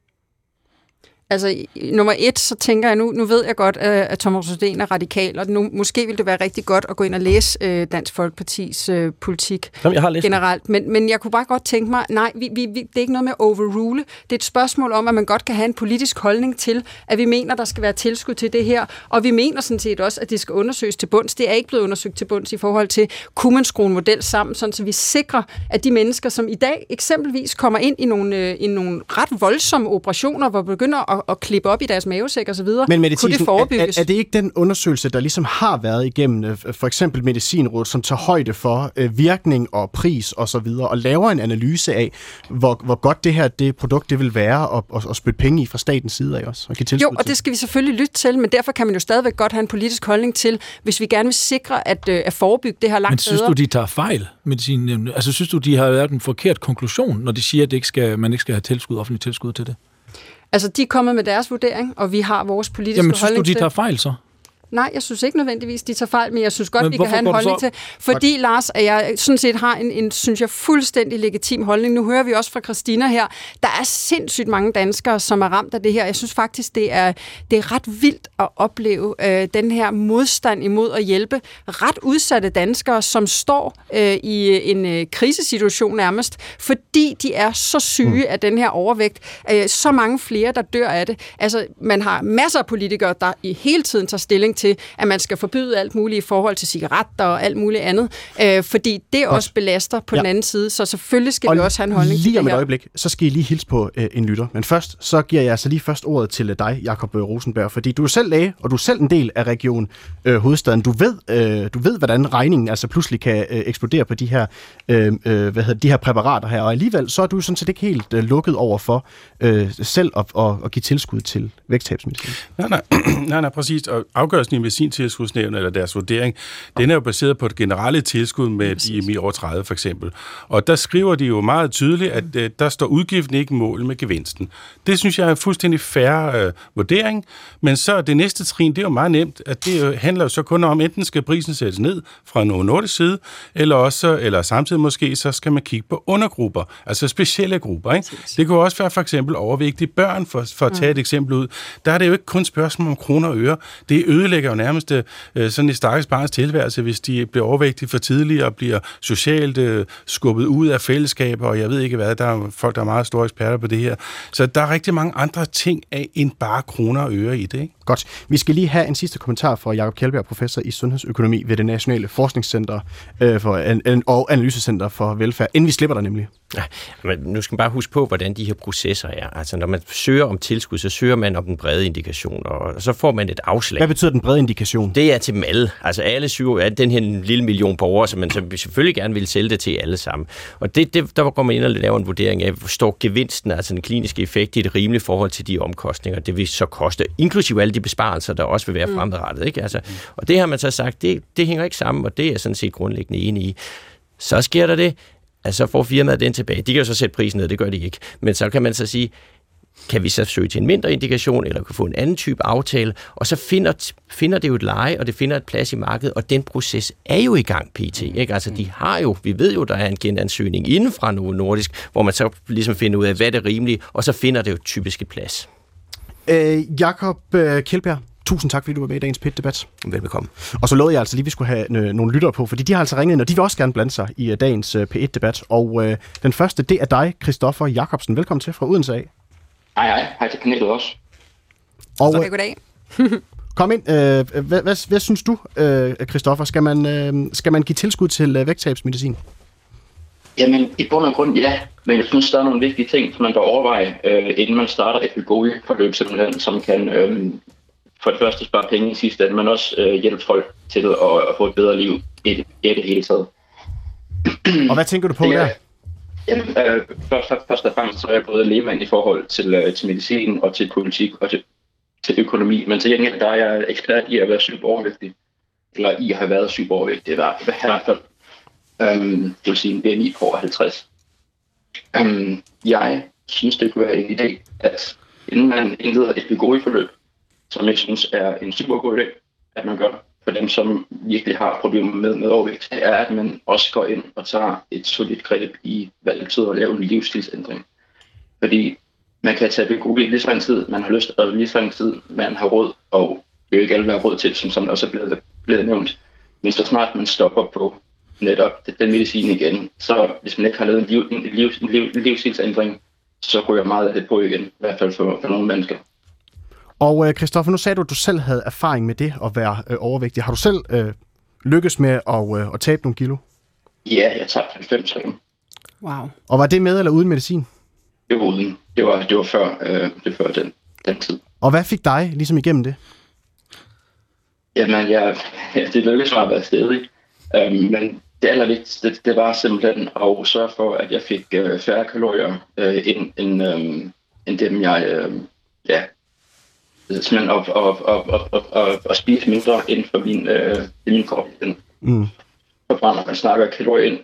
Altså, nummer 1, så tænker jeg, nu ved jeg godt, at Thomas Ruden er radikal, og nu måske ville det være rigtig godt at gå ind og læse Dansk Folkepartis politik. Jamen, jeg har læst generelt. Men jeg kunne bare godt tænke mig, nej, det er ikke noget med overrule. Det er et spørgsmål om, at man godt kan have en politisk holdning til, at vi mener, der skal være tilskud til det her, og vi mener sådan set også, at det skal undersøges til bunds. Det er ikke blevet undersøgt til bunds i forhold til, kunne man skrue en model sammen, sådan så vi sikrer, at de mennesker, som i dag eksempelvis kommer ind i nogle ret voldsomme operationer, hvor begynder at klippe op i deres mavesæk og så videre. Men kunne det forebygges? Er det ikke den undersøgelse, der ligesom har været igennem for eksempel Medicinrådet, som tager højde for virkning og pris og så videre, og laver en analyse af, hvor godt det produkt det vil være at spytte penge i fra statens side af også? Og jo, og det skal vi selvfølgelig lytte til, men derfor kan man jo stadigvæk godt have en politisk holdning til, hvis vi gerne vil sikre at forebygge det her langt bedre. Men synes du, de tager fejl, Medicinrådet? Altså synes du, de har lavet en forkert konklusion, når de siger, at man ikke skal have offentlig tilskud til det? Altså, de er kommet med deres vurdering, og vi har vores politiske holdning til. Jamen, synes du, de tager fejl så? Nej, jeg synes ikke nødvendigvis, de tager fejl, men jeg synes godt, vi kan have en holdning til. Fordi, Lars, at jeg sådan set har en synes jeg, fuldstændig legitim holdning. Nu hører vi også fra Christina her. Der er sindssygt mange danskere, som er ramt af det her. Jeg synes faktisk, det er ret vildt at opleve den her modstand imod at hjælpe ret udsatte danskere, som står i en krisesituation nærmest, fordi de er så syge af den her overvægt. Så mange flere, der dør af det. Altså, man har masser af politikere, der i hele tiden tager stilling til, at man skal forbyde alt muligt i forhold til cigaretter og alt muligt andet, fordi det også belaster på den anden side, så selvfølgelig skal vi også have en holdning til det her. Lige om et øjeblik, så skal I lige hilse på en lytter. Men først, så giver jeg altså lige først ordet til dig, Jakob Rosenberg, fordi du er selv læge, og du er selv en del af Region Hovedstaden. Du ved, hvordan regningen altså pludselig kan eksplodere på de her, de her præparater her, og alligevel så er du sådan set ikke helt lukket over for selv at give tilskud til vægttabsmedicin. Nej, præcis. Og afgørelsen i medicintilskudsnævnet, eller deres vurdering, den er jo baseret på et generelle tilskud med et IMI over 30 for eksempel. Og der skriver de jo meget tydeligt, at der står udgiften ikke mål med gevinsten. Det synes jeg er en fuldstændig fair vurdering, men så det næste trin, det er jo meget nemt, at det handler jo så kun om, enten skal prisen sættes ned fra Novo Nordisk side, eller samtidig måske, så skal man kigge på undergrupper, altså specielle grupper. Ikke? Det kunne også være for eksempel overvægtige børn, for at tage et eksempel ud. Der er det jo ikke kun spørgsmål om kroner og øre. Det ødelægger jo nærmest sådan et stakkels barns tilværelse, hvis de bliver overvægtige for tidligt og bliver socialt skubbet ud af fællesskaber, og jeg ved ikke hvad, der er folk, der er meget store eksperter på det her. Så der er rigtig mange andre ting end bare kroner og øre i det, ikke? Godt. Vi skal lige have en sidste kommentar fra Jakob Kjeldbjerg, professor i sundhedsøkonomi ved det Nationale Forskningscenter og Analysecenter for Velfærd, inden vi slipper dig nemlig. Ja, men nu skal man bare huske på, hvordan de her processer er. Altså, når man søger om tilskud, så søger man om den brede indikation, og så får man et afslag. Hvad betyder den brede indikation? Det er til dem alle. Altså alle den her lille million borgere, som vi selvfølgelig gerne vil sælge det til alle sammen. Og der går man ind og laver en vurdering af, hvor stor gevinsten, altså den kliniske effekt, i et rimeligt forhold til de omkostninger, det vil så koste, inklusive alle de besparelser, der også vil være fremadrettet. Ikke? Altså, og det har man så sagt, det hænger ikke sammen, og det er jeg sådan set grundlæggende enig i. Så sker der det, at så får firmaet den tilbage. De kan jo så sætte prisen ned, det gør de ikke. Men så kan man så sige, kan vi så søge til en mindre indikation, eller kan få en anden type aftale, og så finder det jo et leje, og det finder et plads i markedet, og den proces er jo i gang, PT. Ikke? Altså, vi ved jo, der er en genansøgning inden fra Novo Nordisk, hvor man så ligesom finder ud af, hvad det er rimeligt, og så finder det jo typisk et plads. Jakob Kjeldbjerg, tusind tak, fordi du var med i dagens PET-debat. Velbekomme. Og så lovede jeg altså lige, at vi skulle have nogle lyttere på, fordi de har altså ringet ind, og de vil også gerne blande sig i dagens P1-debat. Og den første, det er dig, Christoffer Jacobsen. Velkommen til fra Odense af. Hej til panelet også. Og, goddag. Kom ind. Hvad synes du, Christoffer? Skal man give tilskud til vægttabsmedicin? Jamen, i bund og grund ja, men jeg synes, der er nogle vigtige ting, som man bør overveje, inden man starter et Wegovy-forløb, simpelthen, som kan for det første spare penge i sidste ende, men også hjælpe folk til at få et bedre liv i det hele taget. Og hvad tænker du på der? Jamen, først og fremmest så er jeg både lægemand i forhold til medicin og til politik og til økonomi, men til gengæld der er jeg ekspert i at være sygt overvægtig, eller i at have været sygt overvægtig i hvert fald. Det vil sige en BMI på 50. Jeg synes, det kunne være en idé, at inden man indleder et Wegovy-forløb, som jeg synes er en super god idé, at man gør for dem, som virkelig har problemer med overvægt, er, at man også går ind og tager et solidt greb i, hvad det betyder at lave en livsstilsændring. Fordi man kan tage Wegovy lige så lang tid, man har lyst, og lige så lang tid, man har råd, og det vil ikke alle være råd til, som også er blevet nævnt. Men så snart man stopper på netop den medicin igen, så hvis man ikke har lavet en livsstilsændring, så ryger meget af det på igen, i hvert fald for nogle mennesker. Og Christoffer, nu sagde du, at du selv havde erfaring med det at være overvægtig. Har du selv lykkes med at tabe nogle kilo? Ja, jeg tabte 90 kilo. Wow. Og var det med eller uden medicin? Det var uden. Det var før den tid. Og hvad fik dig ligesom igennem det? Jamen, det lykkedes mig at være stedig. Men det allervigtigste, det var simpelthen at sørge for, at jeg fik færre kalorier end dem, jeg simpelthen at spise mindre inden for min krop. Forbrænder man snakker kalorier ind,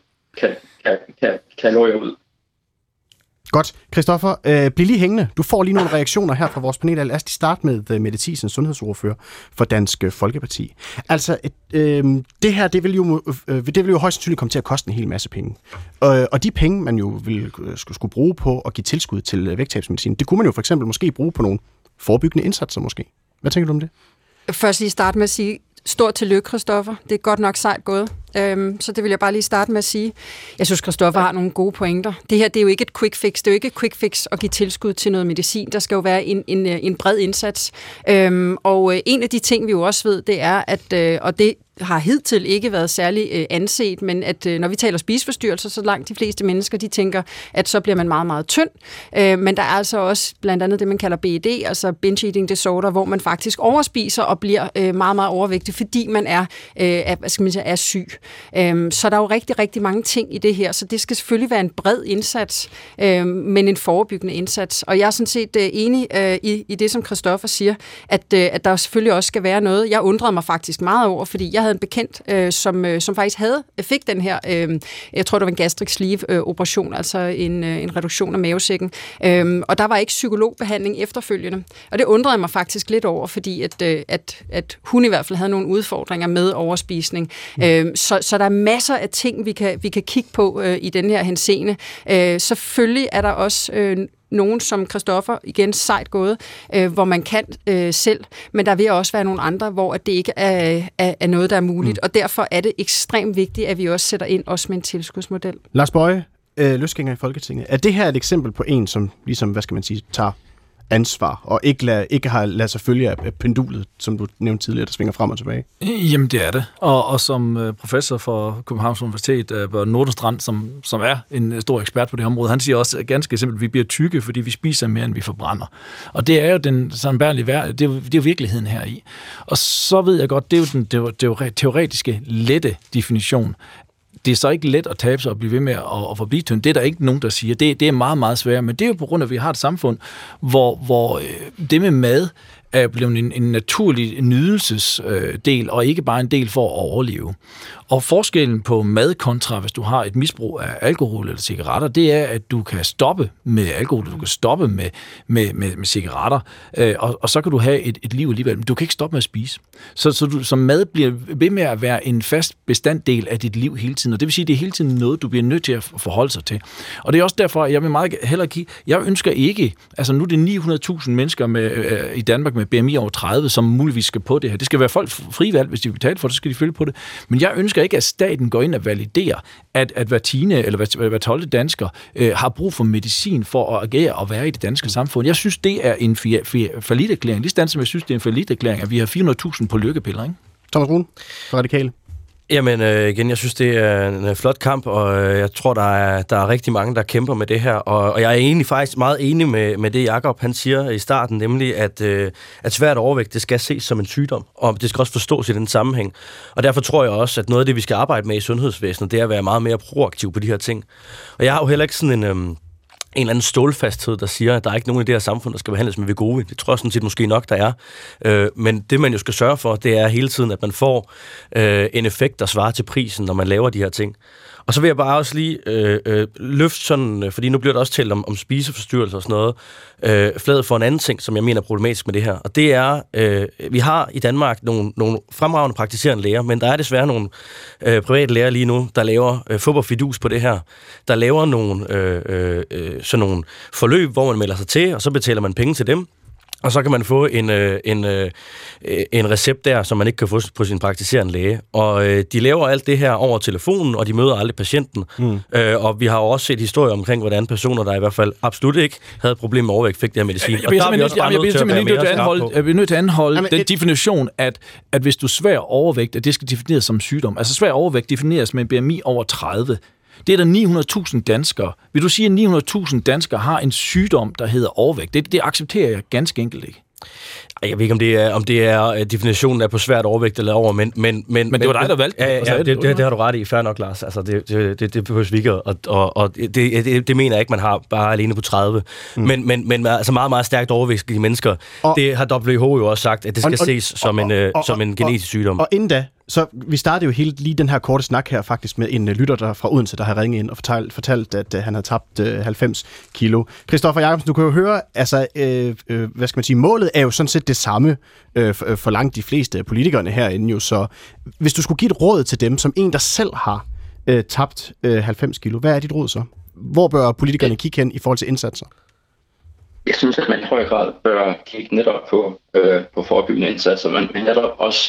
kalorier ud. Godt. Christoffer, bliv lige hængende. Du får lige nogle reaktioner her fra vores panel. Lad os starte med Mette Thiesen, sundhedsordfører for Dansk Folkeparti. Altså, det her, det vil jo højst sandsynligt komme til at koste en hel masse penge. Og de penge, man jo skulle bruge på at give tilskud til vægttabsmedicin, det kunne man jo for eksempel måske bruge på nogle forebyggende indsatser måske. Hvad tænker du om det? Først lige starte med at sige, stort tillykke, Christoffer. Det er godt nok sejt gået. Så det vil jeg bare lige starte med at sige. Jeg synes, Christoffer har nogle gode pointer. Det her, det er jo ikke et quick fix. Det er jo ikke et quick fix at give tilskud til noget medicin. Der skal jo være en bred indsats. Og en af de ting, vi jo også ved, det er, at, og det har hidtil ikke været særlig anset, men at når vi taler spiseforstyrrelser, så langt de fleste mennesker, de tænker, at så bliver man meget, meget tynd. Men der er altså også blandt andet det, man kalder BED, altså binge eating disorder, hvor man faktisk overspiser og bliver meget, meget overvægtig, fordi man er syg. Så der er jo rigtig, rigtig mange ting i det her, så det skal selvfølgelig være en bred indsats, men en forebyggende indsats. Og jeg er sådan set enig i det, som Christoffer siger, at der selvfølgelig også skal være noget. Jeg undrede mig faktisk meget over, fordi jeg havde en bekendt, som faktisk fik den her, jeg tror det var en gastric sleeve operation, altså en reduktion af mavesækken, og der var ikke psykologbehandling efterfølgende. Og det undrede mig faktisk lidt over, fordi at hun i hvert fald havde nogle udfordringer med overspisning. Så der er masser af ting, vi kan kigge på i den her henseende. Selvfølgelig er der også nogen som Christoffer, igen sejt gået, hvor man kan selv, men der vil også være nogle andre, hvor det ikke er noget, der er muligt, og derfor er det ekstremt vigtigt, at vi også sætter ind også med en tilskudsmodel. Lars Boje, løsgænger i Folketinget. Er det her et eksempel på en, som ligesom, hvad skal man sige, tager ansvar, og ikke har ladet sig følge af pendulet, som du nævnte tidligere, der svinger frem og tilbage? Jamen, det er det. Og som professor for Københavns Universitet, Børge Nordenstrand, som er en stor ekspert på det område, han siger også ganske simpelt, at vi bliver tykke, fordi vi spiser mere, end vi forbrænder. Og det er jo den sandbærlige det er jo virkeligheden her i. Og så ved jeg godt, det er jo den teoretiske, lette definition. Det er så ikke let at tabe sig og blive ved med at forblive tynd. Det er der ikke nogen, der siger. Det er meget, meget svært. Men det er jo på grund af, at vi har et samfund, hvor det med mad er blevet en naturlig nydelsesdel, og ikke bare en del for at overleve. Og forskellen på mad kontra, hvis du har et misbrug af alkohol eller cigaretter, det er, at du kan stoppe med alkohol, du kan stoppe med cigaretter, og så kan du have et liv alligevel, men du kan ikke stoppe med at spise. Så du som mad bliver ved med at være en fast bestanddel af dit liv hele tiden, og det vil sige, at det er hele tiden noget, du bliver nødt til at forholde sig til. Og det er også derfor, at jeg vil meget hellere kigge. Jeg ønsker ikke, altså nu er det 900.000 mennesker i Danmark med BMI over 30, som muligvis skal på det her. Det skal være folk frivalgt, hvis de vil betale for det, så skal de følge på det. Men jeg ønsker ikke, at staten går ind og validerer, at hver 10. eller hver 12. dansker har brug for medicin for at agere og være i det danske samfund. Jeg synes, det er en falliterklæring. Lige stand som jeg synes, det er en falliterklæring, at vi har 400.000 på lykkepiller, ikke? Thomas Rune, for Radikale. Jamen igen, jeg synes, det er en flot kamp, og jeg tror, der er rigtig mange, der kæmper med det her. Og jeg er egentlig faktisk meget enig med det, Jakob han siger i starten, nemlig at svært overvægt, det skal ses som en sygdom, og det skal også forstås i den sammenhæng. Og derfor tror jeg også, at noget af det, vi skal arbejde med i sundhedsvæsenet, det er at være meget mere proaktiv på de her ting. Og jeg har jo heller ikke sådan en eller anden stålfasthed, der siger, at der er ikke nogen i det her samfund, der skal behandles med Wegovy. Det tror jeg sådan set måske nok, der er. Men det, man jo skal sørge for, det er hele tiden, at man får en effekt, der svarer til prisen, når man laver de her ting. Og så vil jeg bare også lige løfte sådan, fordi nu bliver der også talt om spiseforstyrrelser og sådan noget, fladet for en anden ting, som jeg mener er problematisk med det her. Og det er, vi har i Danmark nogle fremragende praktiserende læger, men der er desværre nogle private læger lige nu, der laver fup og fidus på det her. Der laver sådan nogle forløb, hvor man melder sig til, og så betaler man penge til dem. Og så kan man få en recept der, som man ikke kan få på sin praktiserende læge. Og de laver alt det her over telefonen, og de møder aldrig patienten. Og vi har jo også set historier omkring, hvordan personer, der i hvert fald absolut ikke havde et problem med overvægt, fik det her medicin. Jeg bliver nødt til at anholde den definition, at hvis du er svær overvægt, at det skal defineres som sygdom. Altså svær overvægt defineres med en BMI over 30. Det er der 900.000 danskere. Vil du sige, at 900.000 danskere har en sygdom, der hedder overvægt? Det accepterer jeg ganske enkelt ikke. Jeg ved ikke, om det er definitionen af på svært overvægt eller over, men det var dig, der valgte. Ja, det har du ret i. Fair nok, Lars. Altså, det behøves vi ikke, og det mener jeg ikke, man har bare alene på 30. Men altså meget, meget stærkt overvægtige mennesker, det har WHO jo også sagt, at det skal ses som en genetisk sygdom. Og inden da, så vi startede jo lige den her korte snak her faktisk med en lytter der fra Odense, der har ringet ind og fortalt, at han har tabt 90 kilo. Christoffer Jacobsen, du kan jo høre, altså, hvad skal man sige, målet er jo sådan set det samme for langt de fleste af politikerne herinde jo, så hvis du skulle give et råd til dem, som en, der selv har tabt 90 kilo, hvad er dit råd så? Hvor bør politikerne kigge hen i forhold til indsatser? Jeg synes, at man i høj grad bør kigge netop på forebyggende indsatser, men netop også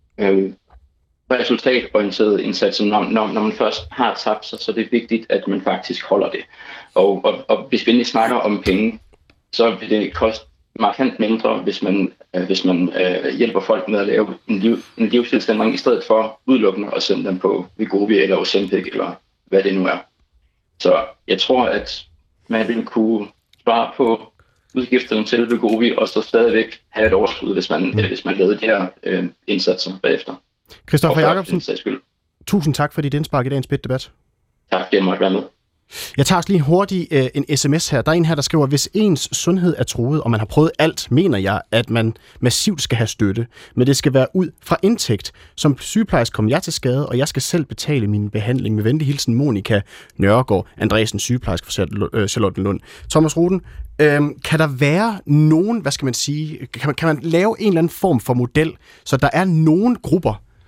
resultatorienterede indsatser. Når man først har tabt sig, så er det vigtigt, at man faktisk holder det. Og hvis vi ikke snakker om penge, så vil det koste markant mindre, hvis man hjælper folk med at lave en livsstilsændring, i stedet for udelukkende at sende dem på Wegovy eller Ozempic, eller hvad det nu er. Så jeg tror, at man vil kunne spare på udgifterne til Wegovy, og så stadigvæk have et overskud, hvis man lavede de her indsatser bagefter. Christoffer Jacobsen, tusind tak for dit indspark i dagens Bit-debat. Tak, det måtte være med. Jeg tager også lige hurtigt en sms her. Der er en her, der skriver, hvis ens sundhed er truet, og man har prøvet alt, mener jeg, at man massivt skal have støtte. Men det skal være ud fra indtægt. Som sygeplejerske kom jeg til skade, og jeg skal selv betale min behandling. Med venlig hilsen Monika Nørgaard, Andresen, sygeplejerske fra Charlottenlund. Thomas Ruden, kan der være nogen, hvad skal man sige, kan man lave en eller anden form for model, så der er nogen grupper,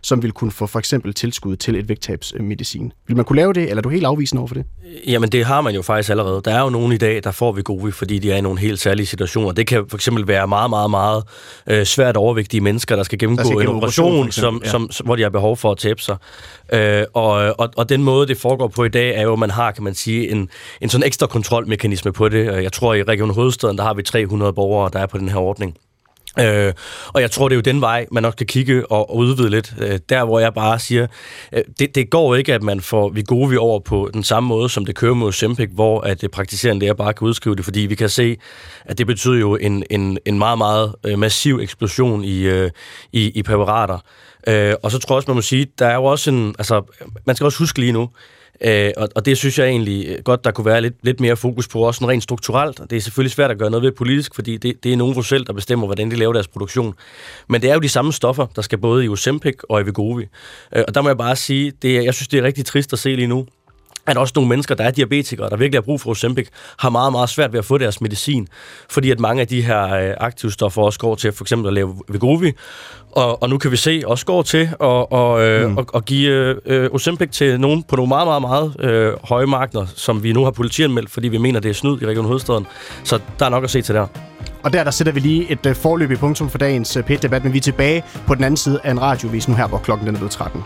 som vil kunne få for eksempel tilskud til et vægttabsmedicin. Vil man kunne lave det, eller er du helt afvisende over for det? Jamen, det har man jo faktisk allerede. Der er jo nogen i dag, der får Wegovy, fordi de er i nogle helt særlige situationer. Det kan for eksempel være meget, meget, meget svært overvægtige mennesker, der skal gennemgå en operation, hvor de har behov for at tabe sig. Og den måde, det foregår på i dag, er jo, at man har, kan man sige, en sådan ekstra kontrolmekanisme på det. Jeg tror, i Region Hovedstaden, der har vi 300 borgere, der er på den her ordning. Og jeg tror, det er jo den vej, man nok skal kigge og udvide lidt. Der, hvor jeg bare siger, det går ikke, at man får Wegovy over på den samme måde, som det kører med Ozempic, hvor at det praktiserende læger bare kan udskrive det, fordi vi kan se, at det betyder jo en meget, meget massiv eksplosion i præparater. Og så tror jeg også, man må sige, der er jo også man skal også huske lige nu, og det synes jeg egentlig godt, der kunne være lidt mere fokus på, også rent strukturelt. Det er selvfølgelig svært at gøre noget ved politisk, fordi det er nogen selv, der bestemmer, hvordan de laver deres produktion. Men det er jo de samme stoffer, der skal både i Ozempic og i Wegovy. Og der må jeg bare sige, jeg synes, det er rigtig trist at se lige nu, at også nogle mennesker, der er diabetikere, der virkelig har brug for Ozempic, har meget, meget svært ved at få deres medicin, fordi at mange af de her aktivstoffer også går til for eksempel at lave Wegovy, og nu kan vi se, også går til at give Ozempic til nogen på nogle meget, meget, meget høje markeder, som vi nu har politianmeldt, fordi vi mener, det er snyd i Region Hovedstaden. Så der er nok at se til der. Og der sætter vi lige et forløbig punktum for dagens P1-debat, men vi er tilbage på den anden side af en radiovis nu her, hvor klokken den er blevet 13.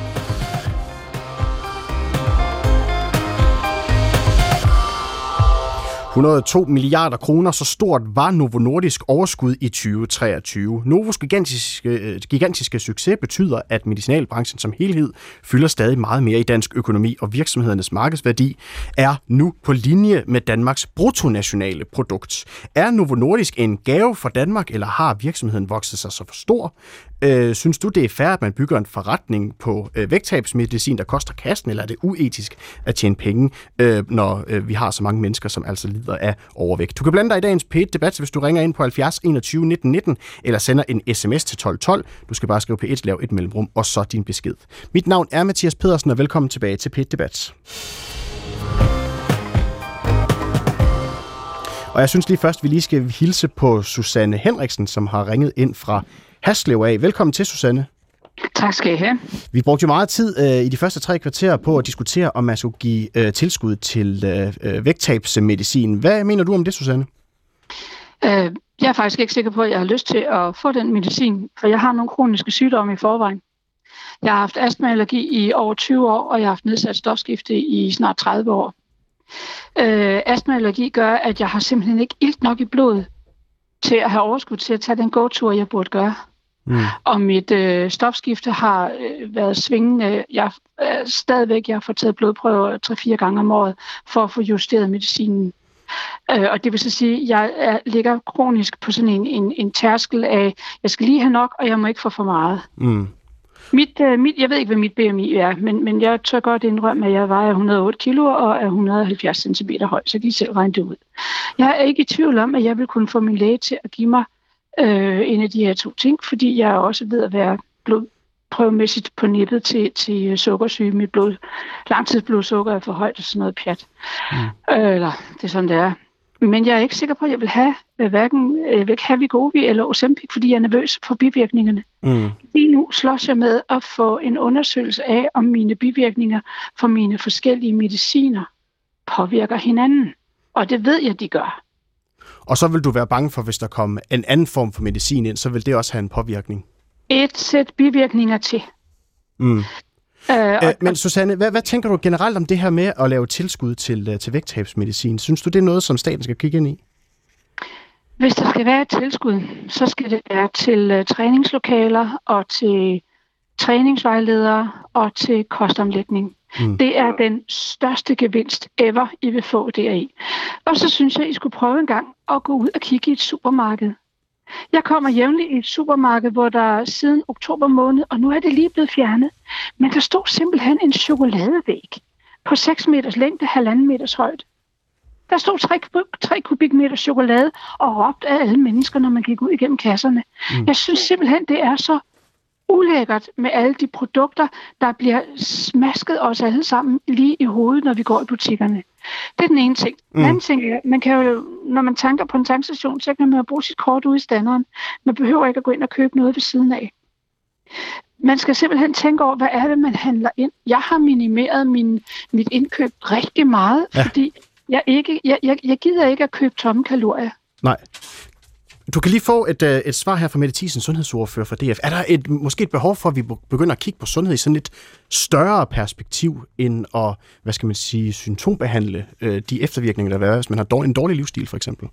102 milliarder kroner, så stort var Novo Nordisk overskud i 2023. Novos gigantiske succes betyder, at medicinalbranchen som helhed fylder stadig meget mere i dansk økonomi, og virksomhedernes markedsværdi er nu på linje med Danmarks bruttonationale produkt. Er Novo Nordisk en gave for Danmark, eller har virksomheden vokset sig så for stor? Synes du, det er fair, at man bygger en forretning på vægttabsmedicin, der koster kassen, eller er det uetisk at tjene penge, når vi har så mange mennesker, som altså lider af overvægt? Du kan blande dig i dagens P1-debat, hvis du ringer ind på 70 21 19 19, eller sender en sms til 1212. Du skal bare skrive P1, lav et mellemrum, og så din besked. Mit navn er Mathias Pedersen, og velkommen tilbage til P1-debat. Og jeg synes lige først, vi lige skal hilse på Susanne Henriksen, som har ringet ind fra Haslev af. Velkommen til, Susanne. Tak skal I have. Vi brugte jo meget tid i de første 3 kvarterer på at diskutere, om man skulle give tilskud til vægttabsmedicin. Hvad mener du om det, Susanne? Jeg er faktisk ikke sikker på, at jeg har lyst til at få den medicin, for jeg har nogle kroniske sygdomme i forvejen. Jeg har haft astmaallergi i over 20 år, og jeg har haft nedsat stofskifte i snart 30 år. Astmaallergi gør, at jeg har simpelthen ikke ilt nok i blodet til at have overskud til at tage den gåtur, jeg burde gøre. Og mit stofskifte har været svingende. Jeg har fået taget blodprøver 3-4 gange om året for at få justeret medicinen. Og det vil så sige, at jeg ligger kronisk på sådan en tærskel af, jeg skal lige have nok, og jeg må ikke få for meget. Jeg ved ikke, hvad mit BMI er, men jeg tør godt indrømme, at jeg vejer 108 kilo og er 170 cm høj, så kan I selv regne det ud. Jeg er ikke i tvivl om, at jeg vil kunne få min læge til at give mig en af de her 2 ting, fordi jeg er også ved at være blodprøvemæssigt på nippet til sukkersyge. Mit langtidsblodsukker er for højt og sådan noget pjat. Eller det er sådan, det er. Men jeg er ikke sikker på, at jeg vil have Wegovy eller Ozempic, fordi jeg er nervøs for bivirkningerne. Lige nu slås jeg med at få en undersøgelse af, om mine bivirkninger for mine forskellige mediciner påvirker hinanden. Og det ved jeg, de gør. Og så vil du være bange for, hvis der kommer en anden form for medicin ind, så vil det også have en påvirkning? Et sæt bivirkninger til. Men Susanne, hvad tænker du generelt om det her med at lave tilskud til vægttabsmedicin? Synes du, det er noget, som staten skal kigge ind i? Hvis der skal være et tilskud, så skal det være til træningslokaler og til træningsvejledere og til kostomlægning. Det er den største gevinst ever, I vil få deri. Og så synes jeg, I skulle prøve en gang at gå ud og kigge i et supermarked. Jeg kommer jævnligt i et supermarked, hvor der siden oktober måned, og nu er det lige blevet fjernet, men der stod simpelthen en chokoladevæg på 6 meters længde, 1,5 meters højde. Der stod 3 kubikmeter chokolade og råbte af alle mennesker, når man gik ud igennem kasserne. Jeg synes simpelthen, det er så ulækkert med alle de produkter, der bliver smasket os alle sammen lige i hovedet, når vi går i butikkerne. Det er den ene ting. Den anden ting er, man kan jo, når man tanker på en tankstation, så kan man bruge sit kort ude i standeren. Man behøver ikke at gå ind og købe noget ved siden af. man skal simpelthen tænke over, hvad er det, man handler ind. Jeg har minimeret mit indkøb rigtig meget, fordi jeg gider ikke at købe tomme kalorier. Nej. Du kan lige få et svar her fra Mette Thiesen, sundhedsordfører for DF. Er der måske et behov for, at vi begynder at kigge på sundhed i sådan et større perspektiv, end at, symptombehandle de eftervirkninger, der er, hvis man har en dårlig livsstil, for eksempel?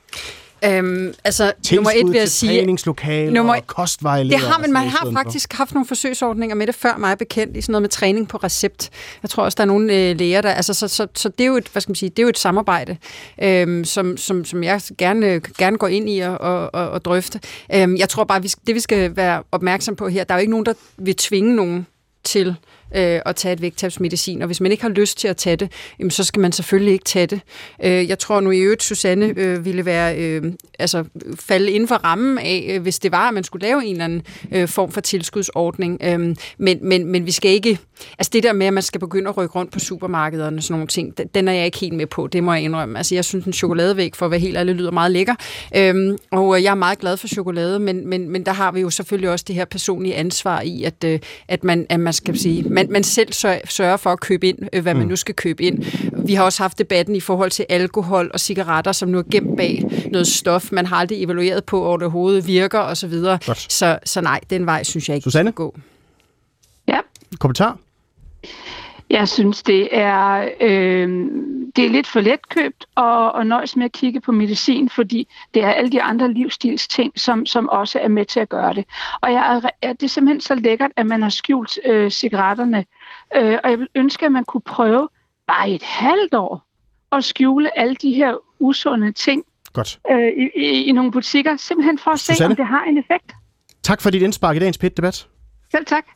Nummer et vil jeg sige... træningslokaler og kostvejledere. Det har man har faktisk haft nogle forsøgsordninger med det før mig bekendt, i sådan noget med træning på recept. Jeg tror også, der er nogle læger, der... Så det er jo det er jo et samarbejde, som jeg gerne går ind i og drøfte. Jeg tror bare, det vi skal være opmærksom på her, der er jo ikke nogen, der vil tvinge nogen til at tage et vægttabsmedicin, og hvis man ikke har lyst til at tage det, så skal man selvfølgelig ikke tage det. Jeg tror nu i øvrigt, Susanne ville være falde inden for rammen af, hvis det var, at man skulle lave en eller anden form for tilskudsordning. Men vi skal ikke... Altså det der med, at man skal begynde at rykke rundt på supermarkederne og sådan nogle ting, den er jeg ikke helt med på, det må jeg indrømme. Altså jeg synes, en chokoladevæg, for at være helt ærlig, lyder meget lækker, og jeg er meget glad for chokolade, men der har vi jo selvfølgelig også det her personlige ansvar i, at man skal sige, man selv sørger for at købe ind, hvad man nu skal købe ind. Vi har også haft debatten i forhold til alkohol og cigaretter, som nu er gemt bag noget stof, man har aldrig evalueret på, hvor det overhovedet virker osv. Så nej, den vej synes jeg ikke, Susanne? skal gå. Ja. Kommentar? Jeg synes, det er lidt for letkøbt at nøjes med at kigge på medicin, fordi det er alle de andre livsstilsting, som også er med til at gøre det. Og det er simpelthen så lækkert, at man har skjult cigaretterne. Og jeg vil ønske, at man kunne prøve bare et halvt år at skjule alle de her usunde ting i nogle butikker, simpelthen for at se, om det har en effekt. Tak for dit indspark i dagens PET-debat. Selv tak.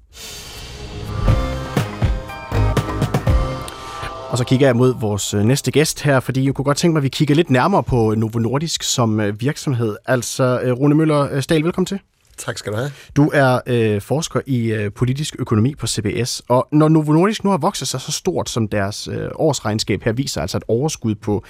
Og så kigger jeg mod vores næste gæst her, fordi jeg kunne godt tænke mig, at vi kigger lidt nærmere på Novo Nordisk som virksomhed. Altså, Rune Møller Stahl, velkommen til. Tak skal du have. Du er forsker i politisk økonomi på CBS, og når Novo Nordisk nu har vokset sig så stort, som deres årsregnskab her viser, altså et overskud på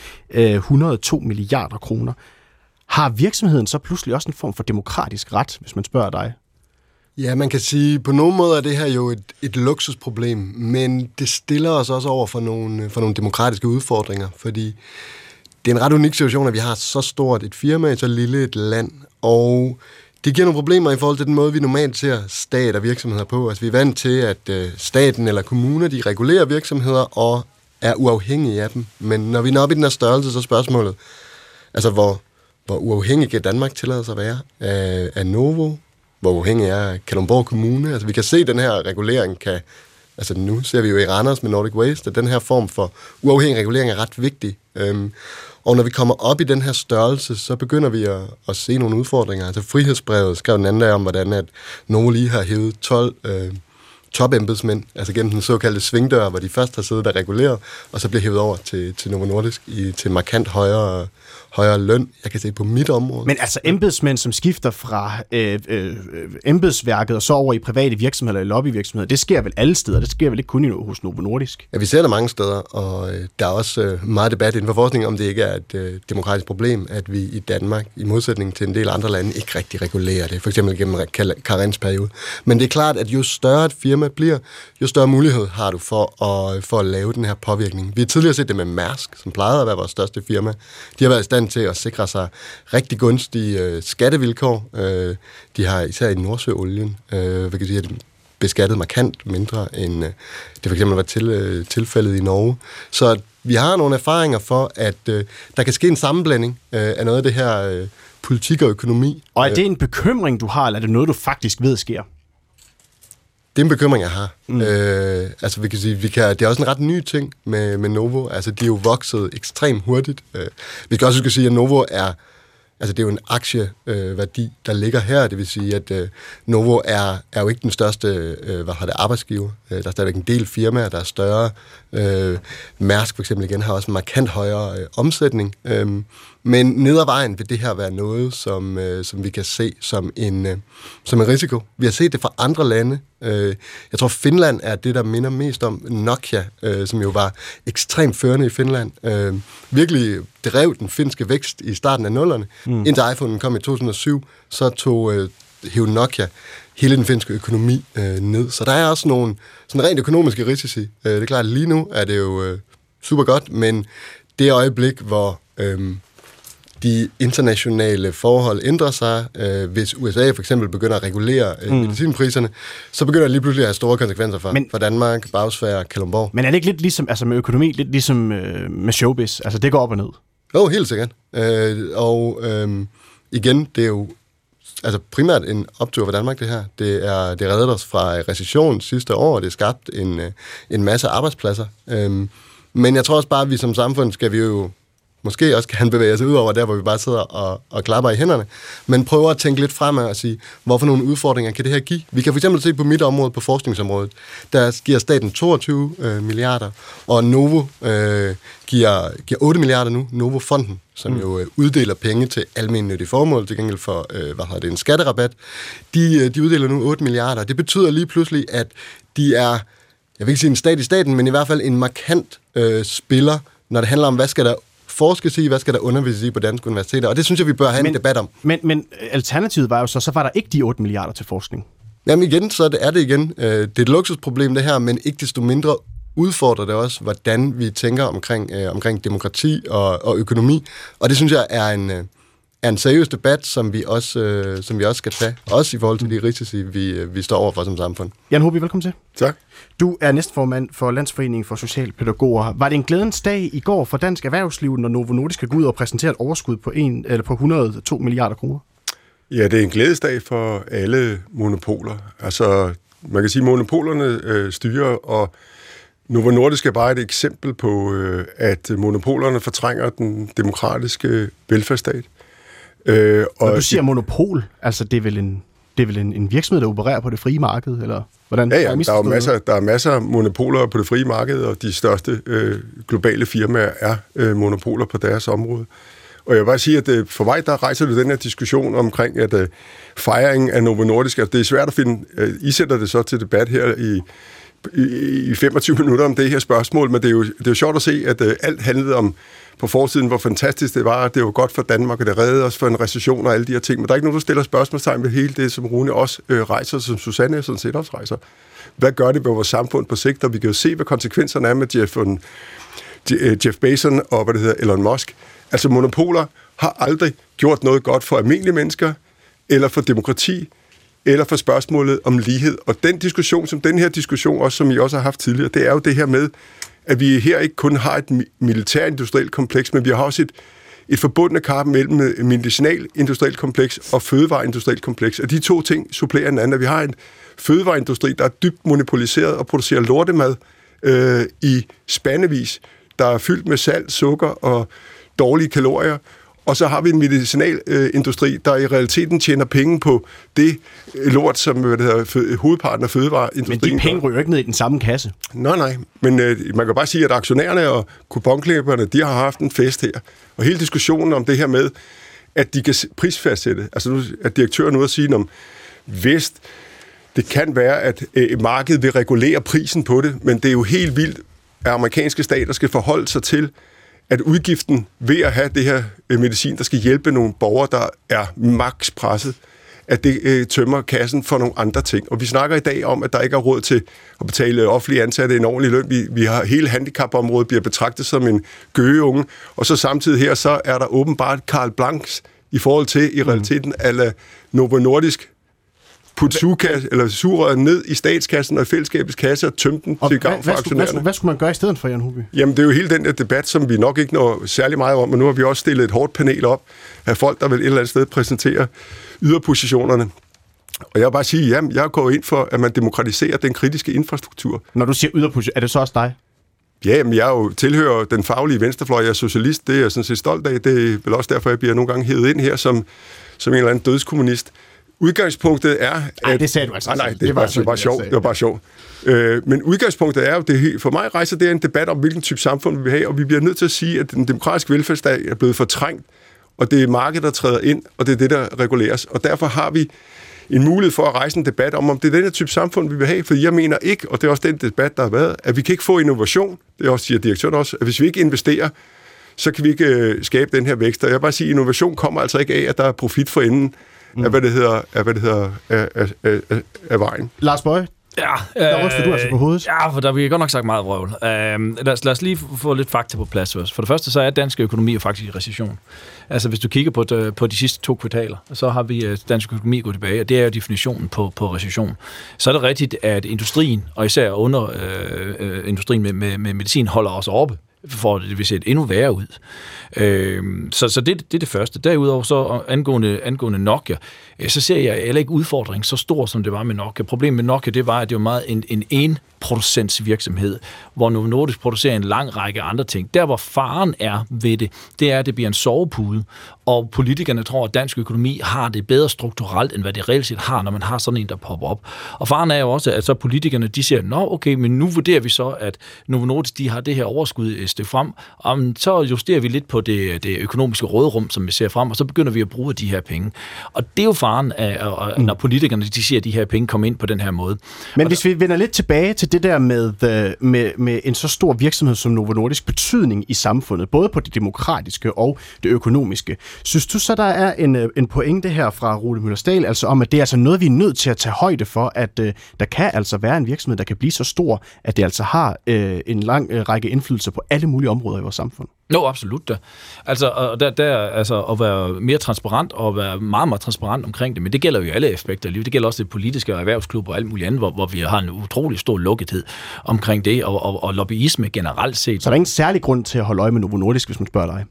102 milliarder kroner, har virksomheden så pludselig også en form for demokratisk ret, hvis man spørger dig? Ja, man kan sige, på nogle måder er det her jo et luksusproblem, men det stiller os også over for nogle demokratiske udfordringer, fordi det er en ret unik situation, at vi har så stort et firma i så lille et land, og det giver nogle problemer i forhold til den måde, vi normalt ser stat og virksomheder på. Altså vi er vant til, at staten eller kommuner, de regulerer virksomheder og er uafhængige af dem, men når vi når op i den her størrelse, så er spørgsmålet, altså hvor uafhængig kan Danmark tillade sig at være af Novo, hvor uafhængig er Kalundborg Kommune. Altså vi kan se, at den her regulering altså nu ser vi jo i Randers med Nordic Waste, at den her form for uafhængig regulering er ret vigtig. Og når vi kommer op i den her størrelse, så begynder vi at se nogle udfordringer. Altså Frihedsbrevet skrev den anden dag om, hvordan at Novo lige har hævet 12 topembedsmænd, altså gennem den såkaldte svingdør, hvor de først har siddet og reguleret, og så bliver hævet over til Novo Nordisk til markant højere løn. Jeg kan se på mit område. Men altså embedsmænd, som skifter fra embedsværket og så over i private virksomheder eller lobbyvirksomheder, det sker vel alle steder. Det sker vel ikke kun hos Novo Nordisk? Ja, vi ser det mange steder, og der er også meget debat inden for forskning, om det ikke er et demokratisk problem, at vi i Danmark, i modsætning til en del andre lande, ikke rigtig regulerer det, for eksempel gennem karensperiode. Men det er klart, at jo større et firma bliver, jo større mulighed har du for at lave den her påvirkning. Vi har tidligere set det med Mærsk, som plejede at være vores største firma. De har været i stand til at sikre sig rigtig gunstige skattevilkår. De har især i Nordsøolien, hvad kan sige, beskattet markant mindre, end det for eksempel var tilfældet i Norge. Så vi har nogle erfaringer for, at der kan ske en sammenblanding af noget af det her politik og økonomi. Og er det en bekymring, du har, eller er det noget, du faktisk ved sker? Det er en bekymring, jeg har. Altså, vi kan sige, det er også en ret ny ting med Novo. Altså, de er jo vokset ekstremt hurtigt. Vi skal også sige, at Novo er det er jo en aktieværdi, der ligger her. Det vil sige, at Novo er jo ikke den største arbejdsgiver. Der er stadigvæk en del firmaer, der er større. Mærsk for eksempel igen har også en markant højere omsætning. Men ned ad vejen vil det her være noget, som vi kan se som en risiko. Vi har set det fra andre lande. Jeg tror, Finland er det, der minder mest om Nokia, som jo var ekstremt førende i Finland. Virkelig drev den finske vækst i starten af 00'erne. Indtil iPhone kom i 2007, så hævde Nokia hele den finske økonomi ned. Så der er også nogle sådan rent økonomiske risici. Det er klart, at lige nu er det jo super godt, men det øjeblik, hvor de internationale forhold ændrer sig, hvis USA for eksempel begynder at regulere medicinpriserne, så begynder det lige pludselig at have store konsekvenser for Danmark, Bagsværd, Kalundborg. Men er det ikke lidt ligesom med økonomi, lidt ligesom med showbiz? Altså det går op og ned? Jo, helt sikkert. Igen, det er jo primært en optur for Danmark, det her. Det reddede os fra recession sidste år, og det skabt en masse arbejdspladser. Men jeg tror også bare, at vi som samfund skal vi jo måske også kan bevæge os ud over der, hvor vi bare sidder og klapper i hænderne, men prøver at tænke lidt fremad og sige, hvorfor nogle udfordringer kan det her give? Vi kan for eksempel se på mit område, på forskningsområdet, der giver staten 22 milliarder, og Novo giver 8 milliarder nu, Novo-fonden, som jo uddeler penge til almennyttige formål, til gengæld for, en skatterabat. De uddeler nu 8 milliarder. Det betyder lige pludselig, at de er, jeg vil ikke sige en stat i staten, men i hvert fald en markant spiller, når det handler om, hvad skal der forskes i, hvad skal der undervises i på danske universiteter, og det synes jeg, vi bør have en debat om. Men alternativet var jo så var der ikke de 8 milliarder til forskning. Jamen igen, så er det igen. Det er et luksusproblem det her, men ikke desto mindre udfordrer det også, hvordan vi tænker omkring demokrati og økonomi, og det synes jeg er en seriøs debat, som vi også skal tage, også i forhold til de risici, vi står overfor som samfund. Jan Hoby, velkommen til. Tak. Du er næstformand for Landsforeningen for Socialpædagoger. Var det en glædens dag i går for dansk erhvervsliv, når Novo Nordisk skal gå ud og præsentere et overskud på 102 milliarder kroner? Ja, det er en glædesdag for alle monopoler. Altså, man kan sige, at monopolerne styrer, og Novo Nordisk er bare et eksempel på, at monopolerne fortrænger den demokratiske velfærdsstat. Når du siger monopol, altså det er vel en virksomhed, der opererer på det frie marked, eller hvordan? Ja, der er masser af monopoler på det frie marked, og de største globale firmaer er monopoler på deres område. Og jeg vil bare sige, at for mig, der rejser det den her diskussion omkring, at fejringen af Novo Nordisk, altså det er svært at finde, I sætter det så til debat her i 25 minutter om det her spørgsmål, men det er jo sjovt at se, at alt handlede om på forsiden, hvor fantastisk det var, at det var godt for Danmark, og det reddede os for en recession og alle de her ting. Men der er ikke nogen, der stiller spørgsmålstegn ved hele det, som Rune også rejser, som Susanne sådan set også rejser. Hvad gør det ved vores samfund på sigt? Og vi kan jo se, hvad konsekvenserne er med Jeff Bezos og Elon Musk. Altså monopoler har aldrig gjort noget godt for almindelige mennesker, eller for demokrati, eller for spørgsmålet om lighed. Og den diskussion, som den her diskussion, også som I også har haft tidligere, det er jo det her med, at vi her ikke kun har et militærindustrielt kompleks, men vi har også et forbundne kar mellem et medicinalindustrielt kompleks og fødevareindustrielt kompleks. Og de to ting supplerer hinanden, at vi har en fødevareindustri, der er dybt monopoliseret og producerer lortemad i spandevis, der er fyldt med salt, sukker og dårlige kalorier. Og så har vi en medicinalindustri, der i realiteten tjener penge på det lort, som hovedparten af fødevareindustrien. Men de penge ryger ikke ned i den samme kasse. Nej. Men man kan bare sige, at aktionærerne og kuponklipperne, de har haft en fest her. Og hele diskussionen om det her med, at de kan prisfastsætte, altså nu er direktøren ude at sige, om hvis det kan være, at markedet vil regulere prisen på det, men det er jo helt vildt, at amerikanske stater skal forholde sig til, at udgiften ved at have det her medicin, der skal hjælpe nogle borgere, der er maks presset, at det tømmer kassen for nogle andre ting. Og vi snakker i dag om, at der ikke er råd til at betale offentlige ansatte en ordentlig løn. Vi har hele handicapområdet bliver betragtet som en gøgeunge, og så samtidig her, så er der åbenbart Carl Blancs i forhold til i realiteten ala Novo Nordisk sugerøret ned i statskassen og i fællesskabets kasse og tømme den til gavn for aktionærerne. Hvad skulle man gøre i stedet for, Jan Hoby? Jamen, det er jo hele den der debat, som vi nok ikke når særlig meget om, men nu har vi også stillet et hårdt panel op af folk, der vil et eller andet sted præsentere yderpositionerne. Og jeg vil bare sige, jamen, jeg går ind for, at man demokratiserer den kritiske infrastruktur. Når du siger yderposition, er det så også dig? Ja, men jeg jo tilhører den faglige venstrefløj, jeg er socialist, det er jeg sådan set stolt af. Det er vel også derfor, jeg bliver nogle gange hævet ind her som en eller anden dødskommunist. Udgangspunktet er... Nej, det sagde du altså. Nej, det var bare sjovt. Men udgangspunktet er jo, for mig rejser det en debat om, hvilken type samfund vi vil have, og vi bliver nødt til at sige, at den demokratiske velfærdsstat er blevet fortrængt, og det er markedet, der træder ind, og det er det, der reguleres. Og derfor har vi en mulighed for at rejse en debat om det er den her type samfund, vi vil have, for jeg mener ikke, og det er også den debat, der har været, at vi kan ikke få innovation, det er også, siger direktøren også, at hvis vi ikke investerer, så kan vi ikke skabe den her vækst. Og jeg vil bare sige, at innovation kommer altså ikke af, at der er profit for enden af vejen. Lars Boje? Ja, der ryster du altså på hovedet. Ja, for der bliver godt nok sagt meget vrøvl. Lad os lige få lidt fakta på plads først. For det første, så er dansk økonomi jo faktisk i recession. Altså, hvis du kigger på de sidste 2 kvartaler, så har vi dansk økonomi gået tilbage, og det er jo definitionen på recession. Så er det rigtigt, at industrien, og især industrien med medicin, holder os oppe, for det vil se endnu værre ud. Så det er det første. Derudover så angående Nokia, så ser jeg heller ikke udfordring så stor, som det var med Nokia. Problemet med Nokia, det var, at det var meget en producents virksomhed, hvor Novo Nordisk producerer en lang række andre ting. Der, hvor faren er ved det er, at det bliver en sovepude, og politikerne tror, at dansk økonomi har det bedre strukturelt, end hvad det reelt set har, når man har sådan en, der popper op. Og faren er jo også, at så politikerne, de siger, nå, okay, men nu vurderer vi så, at Novo Nordisk, de har det her overskud et stykke frem, og så justerer vi lidt på det økonomiske råderum, som vi ser frem, og så begynder vi at bruge de her penge. Og det er jo faren af, når politikerne, de siger, at de her penge kommer ind på den her måde. Men hvis vi vender lidt tilbage til det der med en så stor virksomhed som Novo Nordisk betydning i samfundet, både på det demokratiske og det økonomiske. Synes du så, der er en pointe her fra Rune Møllersdal, altså om, at det er altså noget, vi er nødt til at tage højde for, at der kan altså være en virksomhed, der kan blive så stor, at det altså har en lang række indflydelser på alle mulige områder i vores samfund? Jo, absolut da. Altså, altså at være mere transparent og være meget, meget transparent omkring det, men det gælder jo i alle aspekter af livet. Det gælder også det politiske og erhvervsklub og alt muligt andet, hvor vi har en utrolig stor lukkethed omkring det, og lobbyisme generelt set. Så der er ingen særlig grund til at holde øje med Novo Nordisk, hvis man spørger dig?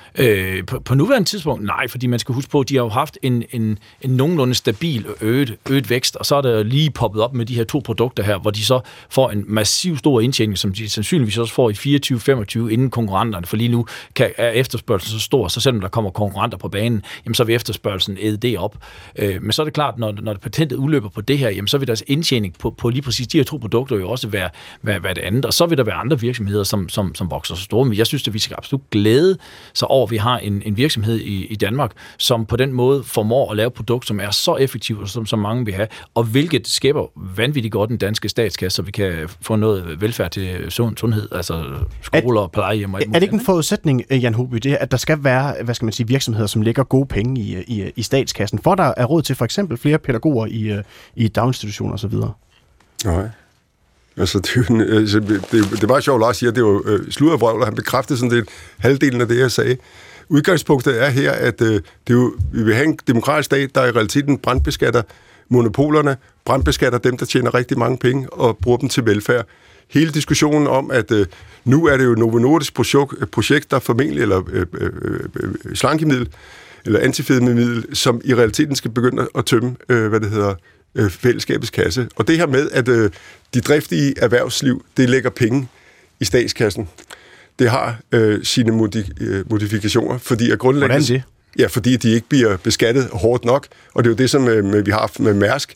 På nuværende tidspunkt, nej, fordi man skal huske på, at de har jo haft en nogenlunde stabil øget vækst, og så er der lige poppet op med de her 2 produkter her, hvor de så får en massiv stor indtjening, som de sandsynligvis også får i 24-25 inden konkurrenterne, for lige nu er efterspørgselen så stor, så selvom der kommer konkurrenter på banen, jamen så vil efterspørgselen æde det op. Men så er det klart, når patentet udløber på det her, jamen så vil deres indtjening på lige præcis de her 2 produkter jo også være det andet, og så vil der være andre virksomheder, som vokser så store, men jeg synes, at vi skal absolut glæde sig over, vi har en virksomhed i Danmark, som på den måde formår at lave et produkt, som er så effektivt, som så mange vil have, og hvilket skaber vanvittigt godt den danske statskasse, så vi kan få noget velfærd til sundhed, altså skoler og plejehjem og alt muligt. Er det ikke en forudsætning, Jan Hoby, det, at der skal være, hvad skal man sige, virksomheder, som lægger gode penge i statskassen, for der er råd til for eksempel flere pædagoger i daginstitutioner osv.? Nej. Altså, det er bare sjovt, Lars siger, det er jo sluddervrøvl, og han bekræftede sådan lidt halvdelen af det, jeg sagde. Udgangspunktet er her, at vi vil have en demokratisk stat, der i realiteten brandbeskatter monopolerne, brandbeskatter dem, der tjener rigtig mange penge, og bruger dem til velfærd. Hele diskussionen om, at nu er det jo Novo Nordisk projekt, der formentlig, eller slankemiddel, eller antifedmemiddel, som i realiteten skal begynde at tømme, fællesskabets kasse. Og det her med, at de driftige erhvervsliv, det lægger penge i statskassen, det har sine modifikationer, fordi at grundlæggende... Hvordan det? Ja, fordi de ikke bliver beskattet hårdt nok, og det er jo det, som vi har haft med Mærsk,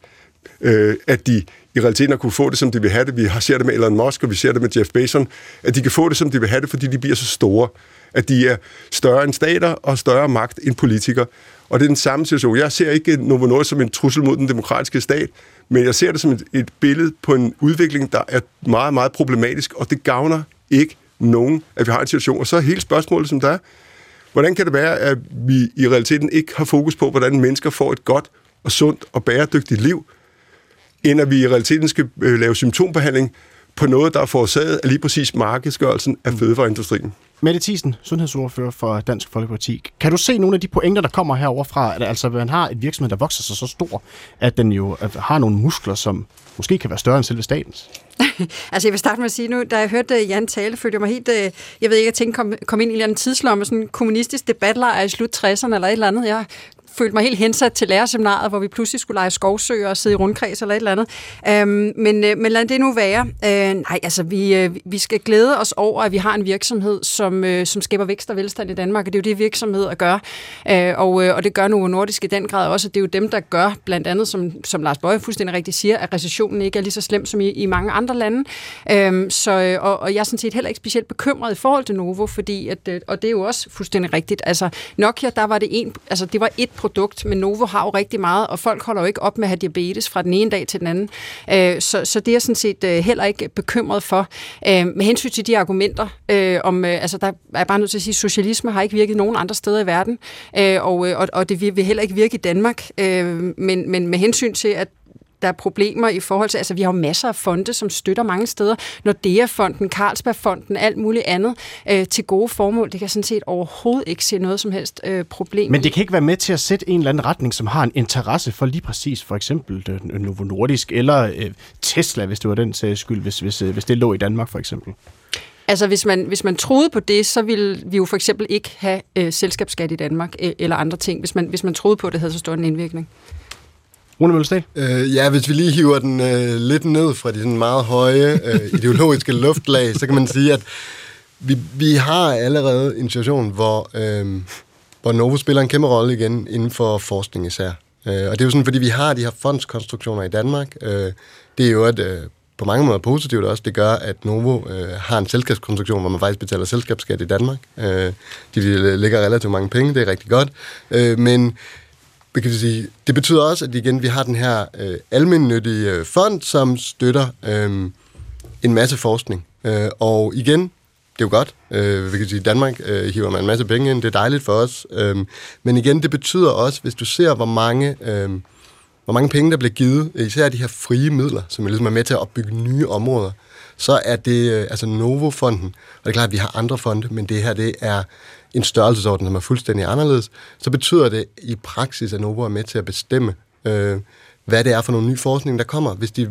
at de i realiteten har kunne få det, som de vil have det. Vi ser det med Elon Musk, og vi ser det med Jeff Bezos, at de kan få det, som de vil have det, fordi de bliver så store, at de er større end stater og større magt end politikere. Og det er den samme situation. Jeg ser ikke Novo Nordisk som en trussel mod den demokratiske stat, men jeg ser det som et billede på en udvikling, der er meget, meget problematisk, og det gavner ikke nogen, at vi har en situation. Og så er hele spørgsmålet, som der er, hvordan kan det være, at vi i realiteten ikke har fokus på, hvordan mennesker får et godt og sundt og bæredygtigt liv, end at vi i realiteten skal lave symptombehandling på noget, der er forårsaget af lige præcis markedsgørelsen af fødevareindustrien. Mette Thiesen, sundhedsordfører for Dansk Folkeparti. Kan du se nogle af de pointer, der kommer herover fra, at altså, man har et virksomhed, der vokser sig så stor, at den jo har nogle muskler, som måske kan være større end selve statens? Altså jeg vil starte med at sige nu, da jeg hørte Jan tale, følte jeg mig helt, jeg ved ikke, jeg tænkte kom ind i en eller anden tidslomme, sådan en kommunistisk debatlejr i slut 60'erne eller et eller andet. Jeg følte mig helt hensat til lærerseminaret, hvor vi pludselig skulle lege skovsøer og sidde i rundkreds eller et eller andet. Men lad det nu være. Nej, altså vi skal glæde os over, at vi har en virksomhed, som skaber vækst og velstand i Danmark, og det er jo det, virksomheder gør. Og det gør Novo Nordisk i den grad også, og det er jo dem, der gør, blandt andet, som Lars Boje fuldstændig rigtigt siger, at recessionen ikke er lige så slem som i mange andre lande. Og jeg er sådan set heller ikke specielt bekymret i forhold til Novo, fordi, og det er jo også fuldstændig rigtigt, altså Nokia, der var det var et produkt, men Novo har jo rigtig meget, og folk holder jo ikke op med at have diabetes fra den ene dag til den anden. Så det er jeg sådan set heller ikke bekymret for. Med hensyn til de argumenter, altså der er jeg bare nødt til at sige, at socialisme har ikke virket nogen andre steder i verden, og det vil heller ikke virke i Danmark. Men med hensyn til, at der er problemer i forhold til, altså vi har jo masser af fonde, som støtter mange steder. Nordea-fonden, Carlsberg-fonden, alt muligt andet til gode formål. Det kan sådan set overhovedet ikke se noget som helst problem. Men det kan ikke være med til at sætte en eller anden retning, som har en interesse for lige præcis, for eksempel Novo Nordisk eller Tesla, hvis det var den sags skyld, hvis det lå i Danmark for eksempel. Altså, hvis man troede på det, så ville vi jo for eksempel ikke have selskabsskat i Danmark eller andre ting. Hvis man troede på, at det havde så stor en indvirkning. Rune Møllested? Ja, hvis vi lige hiver den lidt ned fra de sådan meget høje ideologiske luftlag, så kan man sige, at vi har allerede en situation, hvor Novo spiller en kæmpe rolle igen inden for forskning især. Og det er jo sådan, fordi vi har de her fondskonstruktioner i Danmark. Det er jo på mange måder positivt også. Det gør, at Novo har en selskabskonstruktion, hvor man faktisk betaler selskabsskat i Danmark. De lægger relativt mange penge, det er rigtig godt. Men kan vi sige, det betyder også, at igen, vi har den her almennyttige fond, som støtter en masse forskning. Og igen, det er jo godt. Vi kan sige, at Danmark hiver man en masse penge ind, det er dejligt for os. Men igen, det betyder også, hvis du ser, hvor mange penge, der bliver givet, især de her frie midler, som ligesom er med til at opbygge nye områder, så er det altså Novo-fonden, og det er klart, at vi har andre fonde, men det her, det er en størrelsesorden, som er fuldstændig anderledes, så betyder det i praksis, at Novo er med til at bestemme, hvad det er for nogle nye forskning, der kommer. Hvis de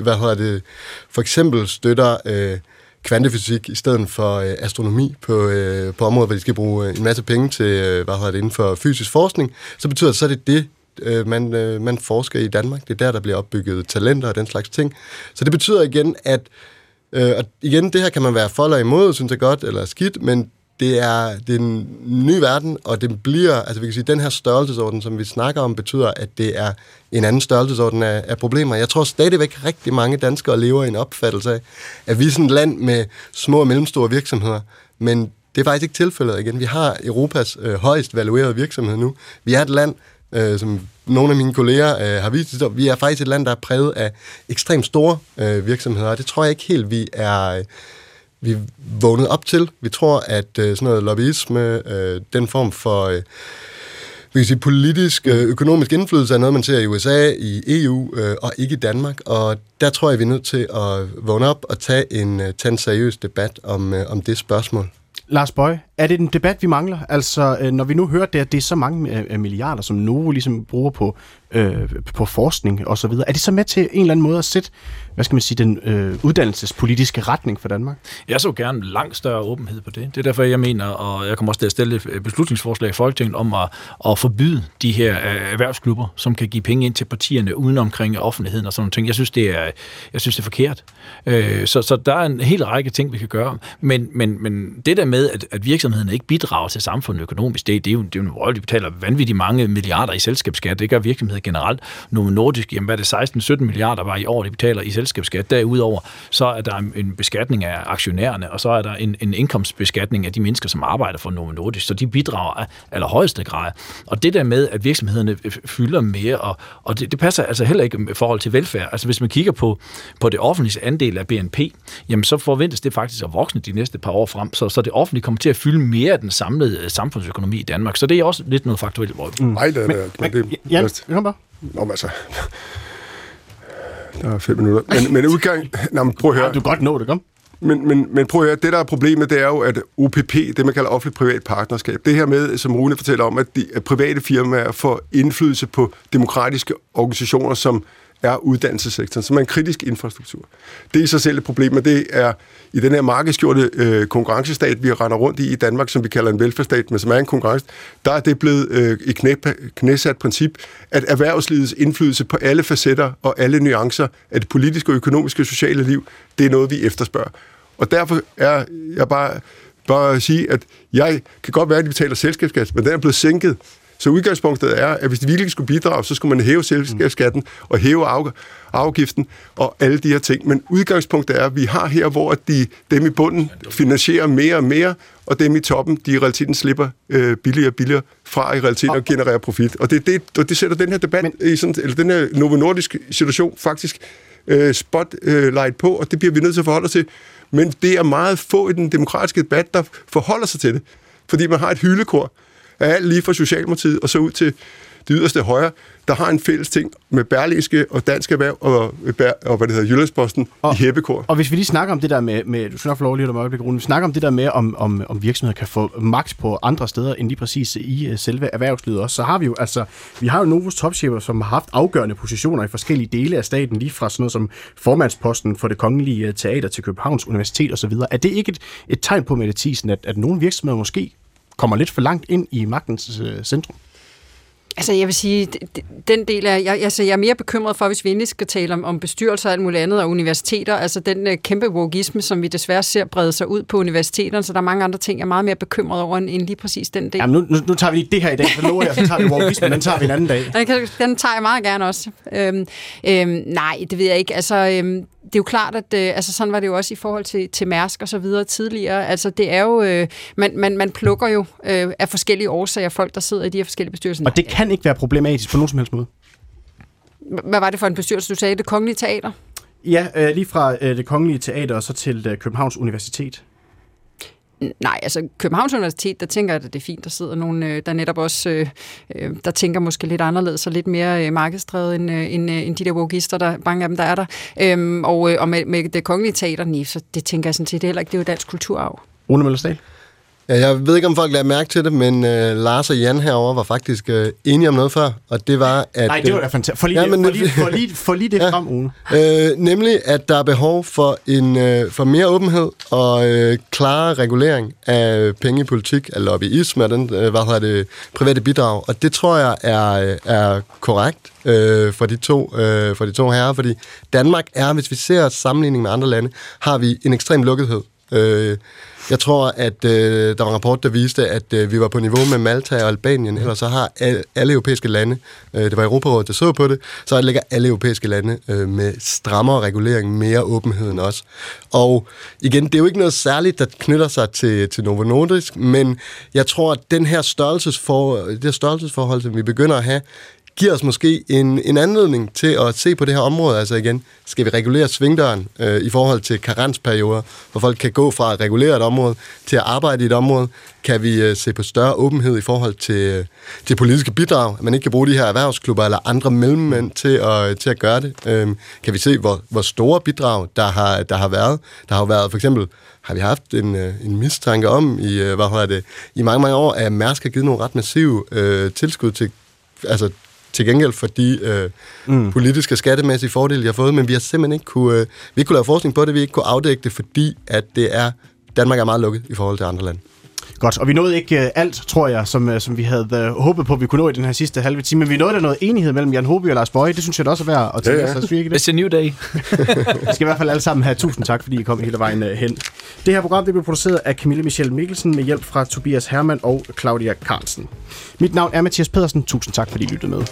for eksempel støtter kvantefysik i stedet for astronomi på områder, hvor de skal bruge en masse penge til inden for fysisk forskning, så betyder det, så er det man forsker i Danmark. Det er der bliver opbygget talenter og den slags ting. Så det betyder igen, at det her kan man være for eller imod, synes jeg godt, eller skidt, men det er en ny verden, og det bliver, altså vi kan sige, den her størrelsesorden, som vi snakker om, betyder, at det er en anden størrelsesorden af problemer. Jeg tror stadigvæk rigtig mange danskere lever i en opfattelse af, at vi er sådan et land med små og mellemstore virksomheder, men det er faktisk ikke tilfældet igen. Vi har Europas højst valuerede virksomhed nu. Vi er et land, som nogle af mine kolleger har vist, vi er faktisk et land, der er præget af ekstremt store virksomheder, og det tror jeg ikke helt, vi er vågnet op til. Vi tror, at sådan noget lobbyisme, den form for vi kan sige, politisk, økonomisk indflydelse er noget, man ser i USA, i EU og ikke i Danmark, og der tror jeg, vi er nødt til at vågne op og tage en seriøs debat om det spørgsmål. Lars Boje, er det en debat, vi mangler? Altså, når vi nu hører det, at det er så mange milliarder, som Novo ligesom bruger på forskning og så videre, er det så med til en eller anden måde at sætte, hvad skal man sige, den uddannelsespolitiske retning for Danmark? Jeg så gerne langt større åbenhed på det. Det er derfor, jeg mener, og jeg kommer også til at stille et beslutningsforslag i Folketinget om at forbyde de her erhvervsklubber, som kan give penge ind til partierne uden omkring offentligheden og sådan nogle ting. Jeg synes, det er forkert. Så der er en hel række ting, vi kan gøre. Men det der med, at virksomhederne ikke bidrager til samfundet økonomisk, det er jo en rolle, de betaler vanvittigt mange milliarder i selskabsskat. Det gør virksomheder generelt. Novo Nordisk, jamen hvad er det, 16-17 milliarder var i år, de betaler i selskabsskat. Derudover, så er der en beskatning af aktionærerne, og så er der en indkomstbeskatning af de mennesker, som arbejder for Novo Nordisk. Så de bidrager af allerhøjeste grad. Og det der med, at virksomhederne fylder mere, og det passer altså heller ikke i forhold til velfærd. Altså hvis man kigger på det offentlige andel af BNP, jamen så forventes det faktisk at vokse de næste par år frem, så det offentlige kommer til at fylde mere af den samlede samfundsøkonomi i Danmark. Så det er også lidt noget faktuelt. Nej, det er Jan, kom bare. Nå, altså... Der er 5 minutter. Men udgang... Nå, men prøv at høre. Ja, du kan godt nå det, kom. Men prøv at høre, det der er problemet, det er jo, at OPP, det man kalder offentlig-privat partnerskab, det her med, som Rune fortæller om, at private firmaer får indflydelse på demokratiske organisationer, som er uddannelsessektoren, som er en kritisk infrastruktur. Det er i sig selv et problem, og det er i den her markedsgjorte konkurrencestat, vi render rundt i Danmark, som vi kalder en velfærdsstat, men som er en konkurrence, der er det blevet et knæsat princip, at erhvervslivets indflydelse på alle facetter og alle nuancer af det politiske, økonomiske og sociale liv, det er noget, vi efterspørger. Og derfor er jeg bare at sige, at jeg kan godt være, at de betaler selskabsskat, men den er blevet sænket. Så udgangspunktet er, at hvis de virkelig skulle bidrage, så skulle man hæve selskabsskatten og hæve afgiften og alle de her ting. Men udgangspunktet er, at vi har her, hvor dem i bunden finansierer mere og mere, og dem i toppen, de i realiteten slipper billigere og billigere fra i realiteten at generere profit. Og det sætter den her debat i sådan, eller den her Novo Nordisk situation faktisk spotlight på, og det bliver vi nødt til at forholde os til. Men det er meget få i den demokratiske debat, der forholder sig til det. Fordi man har et hyldekor af alt lige fra Socialdemokratiet og så ud til det yderste højre, der har en fælles ting med Berlingske og Dansk Erhverv og hvad det hedder, Jyllandsposten i heppekor. Og hvis vi lige snakker om det der med du skal nok få lov lige at øjeblik, Rune, vi snakker om det der med, om virksomheder kan få magt på andre steder end lige præcis i selve erhvervslivet også, så har vi jo vi har jo Novos topchefer, som har haft afgørende positioner i forskellige dele af staten, lige fra sådan noget som formandsposten for Det Kongelige Teater til Københavns Universitet osv. Er det ikke et tegn på, Mette Thiesen, at nogle virksomheder måske kommer lidt for langt ind i magtens centrum? Altså, jeg vil sige, den del af... Jeg er mere bekymret for, hvis vi endelig skal tale om bestyrelser og alt muligt andet, og universiteter, altså den kæmpe wokeisme, som vi desværre ser brede sig ud på universiteterne, så der er mange andre ting, jeg er meget mere bekymret over, end lige præcis den del. Jamen, nu tager vi ikke det her i dag, for lover jeg, så tager vi wokeisme, den tager vi en anden dag. Den tager jeg meget gerne også. Nej, det ved jeg ikke. Altså... Det er jo klart, at sådan var det jo også i forhold til Mærsk og så videre tidligere. Altså det er jo, man plukker jo af forskellige årsager folk, der sidder i de her forskellige bestyrelser. Og det kan ikke være problematisk på nogen som helst måde. Hvad var det for en bestyrelse, du sagde? Det Kongelige Teater? Ja, lige fra Det Kongelige Teater og så til Københavns Universitet. Nej, altså Københavns Universitet, der tænker jeg, at det er fint, der sidder nogen, der netop også, der tænker måske lidt anderledes og lidt mere markedsdrevet end de der wokister, der mange af dem, der er der. Og med Det Kongelige Teater, så det tænker jeg sådan set heller ikke, det er jo dansk kulturarv. Rune Møllersdal? Ja, jeg ved ikke, om folk lader mærke til det, men Lars og Jan herovre var faktisk enige om noget før, og det var, at... Nej, det var da fantastisk. For lige det frem, Rune. Nemlig, at der er behov for mere åbenhed og klarere regulering af penge i politik, af lobbyisme og den, private bidrag, og det tror jeg er korrekt for de to herrer, fordi Danmark er, hvis vi ser sammenligning med andre lande, har vi en ekstrem lukkethed. Jeg tror, at der var en rapport, der viste, at vi var på niveau med Malta og Albanien, ellers så har alle europæiske lande, det var Europarådet, der så på det, så ligger alle europæiske lande med strammere regulering, mere åbenhed end os. Og igen, det er jo ikke noget særligt, der knytter sig til Novo Nordisk, men jeg tror, at det her størrelsesforhold, som vi begynder at have, giver os måske en anledning til at se på det her område. Altså igen, skal vi regulere svingdøren i forhold til karensperioder, hvor folk kan gå fra at regulere et område til at arbejde i et område? Kan vi se på større åbenhed i forhold til politiske bidrag? At man ikke kan bruge de her erhvervsklubber eller andre mellemmænd til at gøre det? Kan vi se, hvor store bidrag der har været? Der har jo været, for eksempel, har vi haft en mistanke om i mange år, at Mærsk har givet nogle ret massive tilskud til gengæld for de politiske skattemæssige fordele, de har fået, men vi har simpelthen ikke kunne lave forskning på det, vi ikke kunne afdække det, fordi at Danmark er meget lukket i forhold til andre lande. Godt, og vi nåede ikke alt, tror jeg, som vi havde håbet på, at vi kunne nå i den her sidste halve time, men vi nåede der noget enighed mellem Jan Hoby og Lars Boje. Det synes jeg da også er værd at tænke sig. It's a new day. Vi skal i hvert fald alle sammen have tusind tak, fordi I kom hele vejen hen. Det her program det blev produceret af Camille Michelle Mikkelsen med hjælp fra Tobias Hermann og Claudia Carlsen. Mit navn er Mathias Pedersen. Tusind tak, fordi I lyttede med.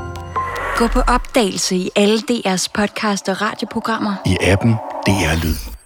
Gå på opdagelse i alle DR's podcast og radioprogrammer. I appen DR Lyd.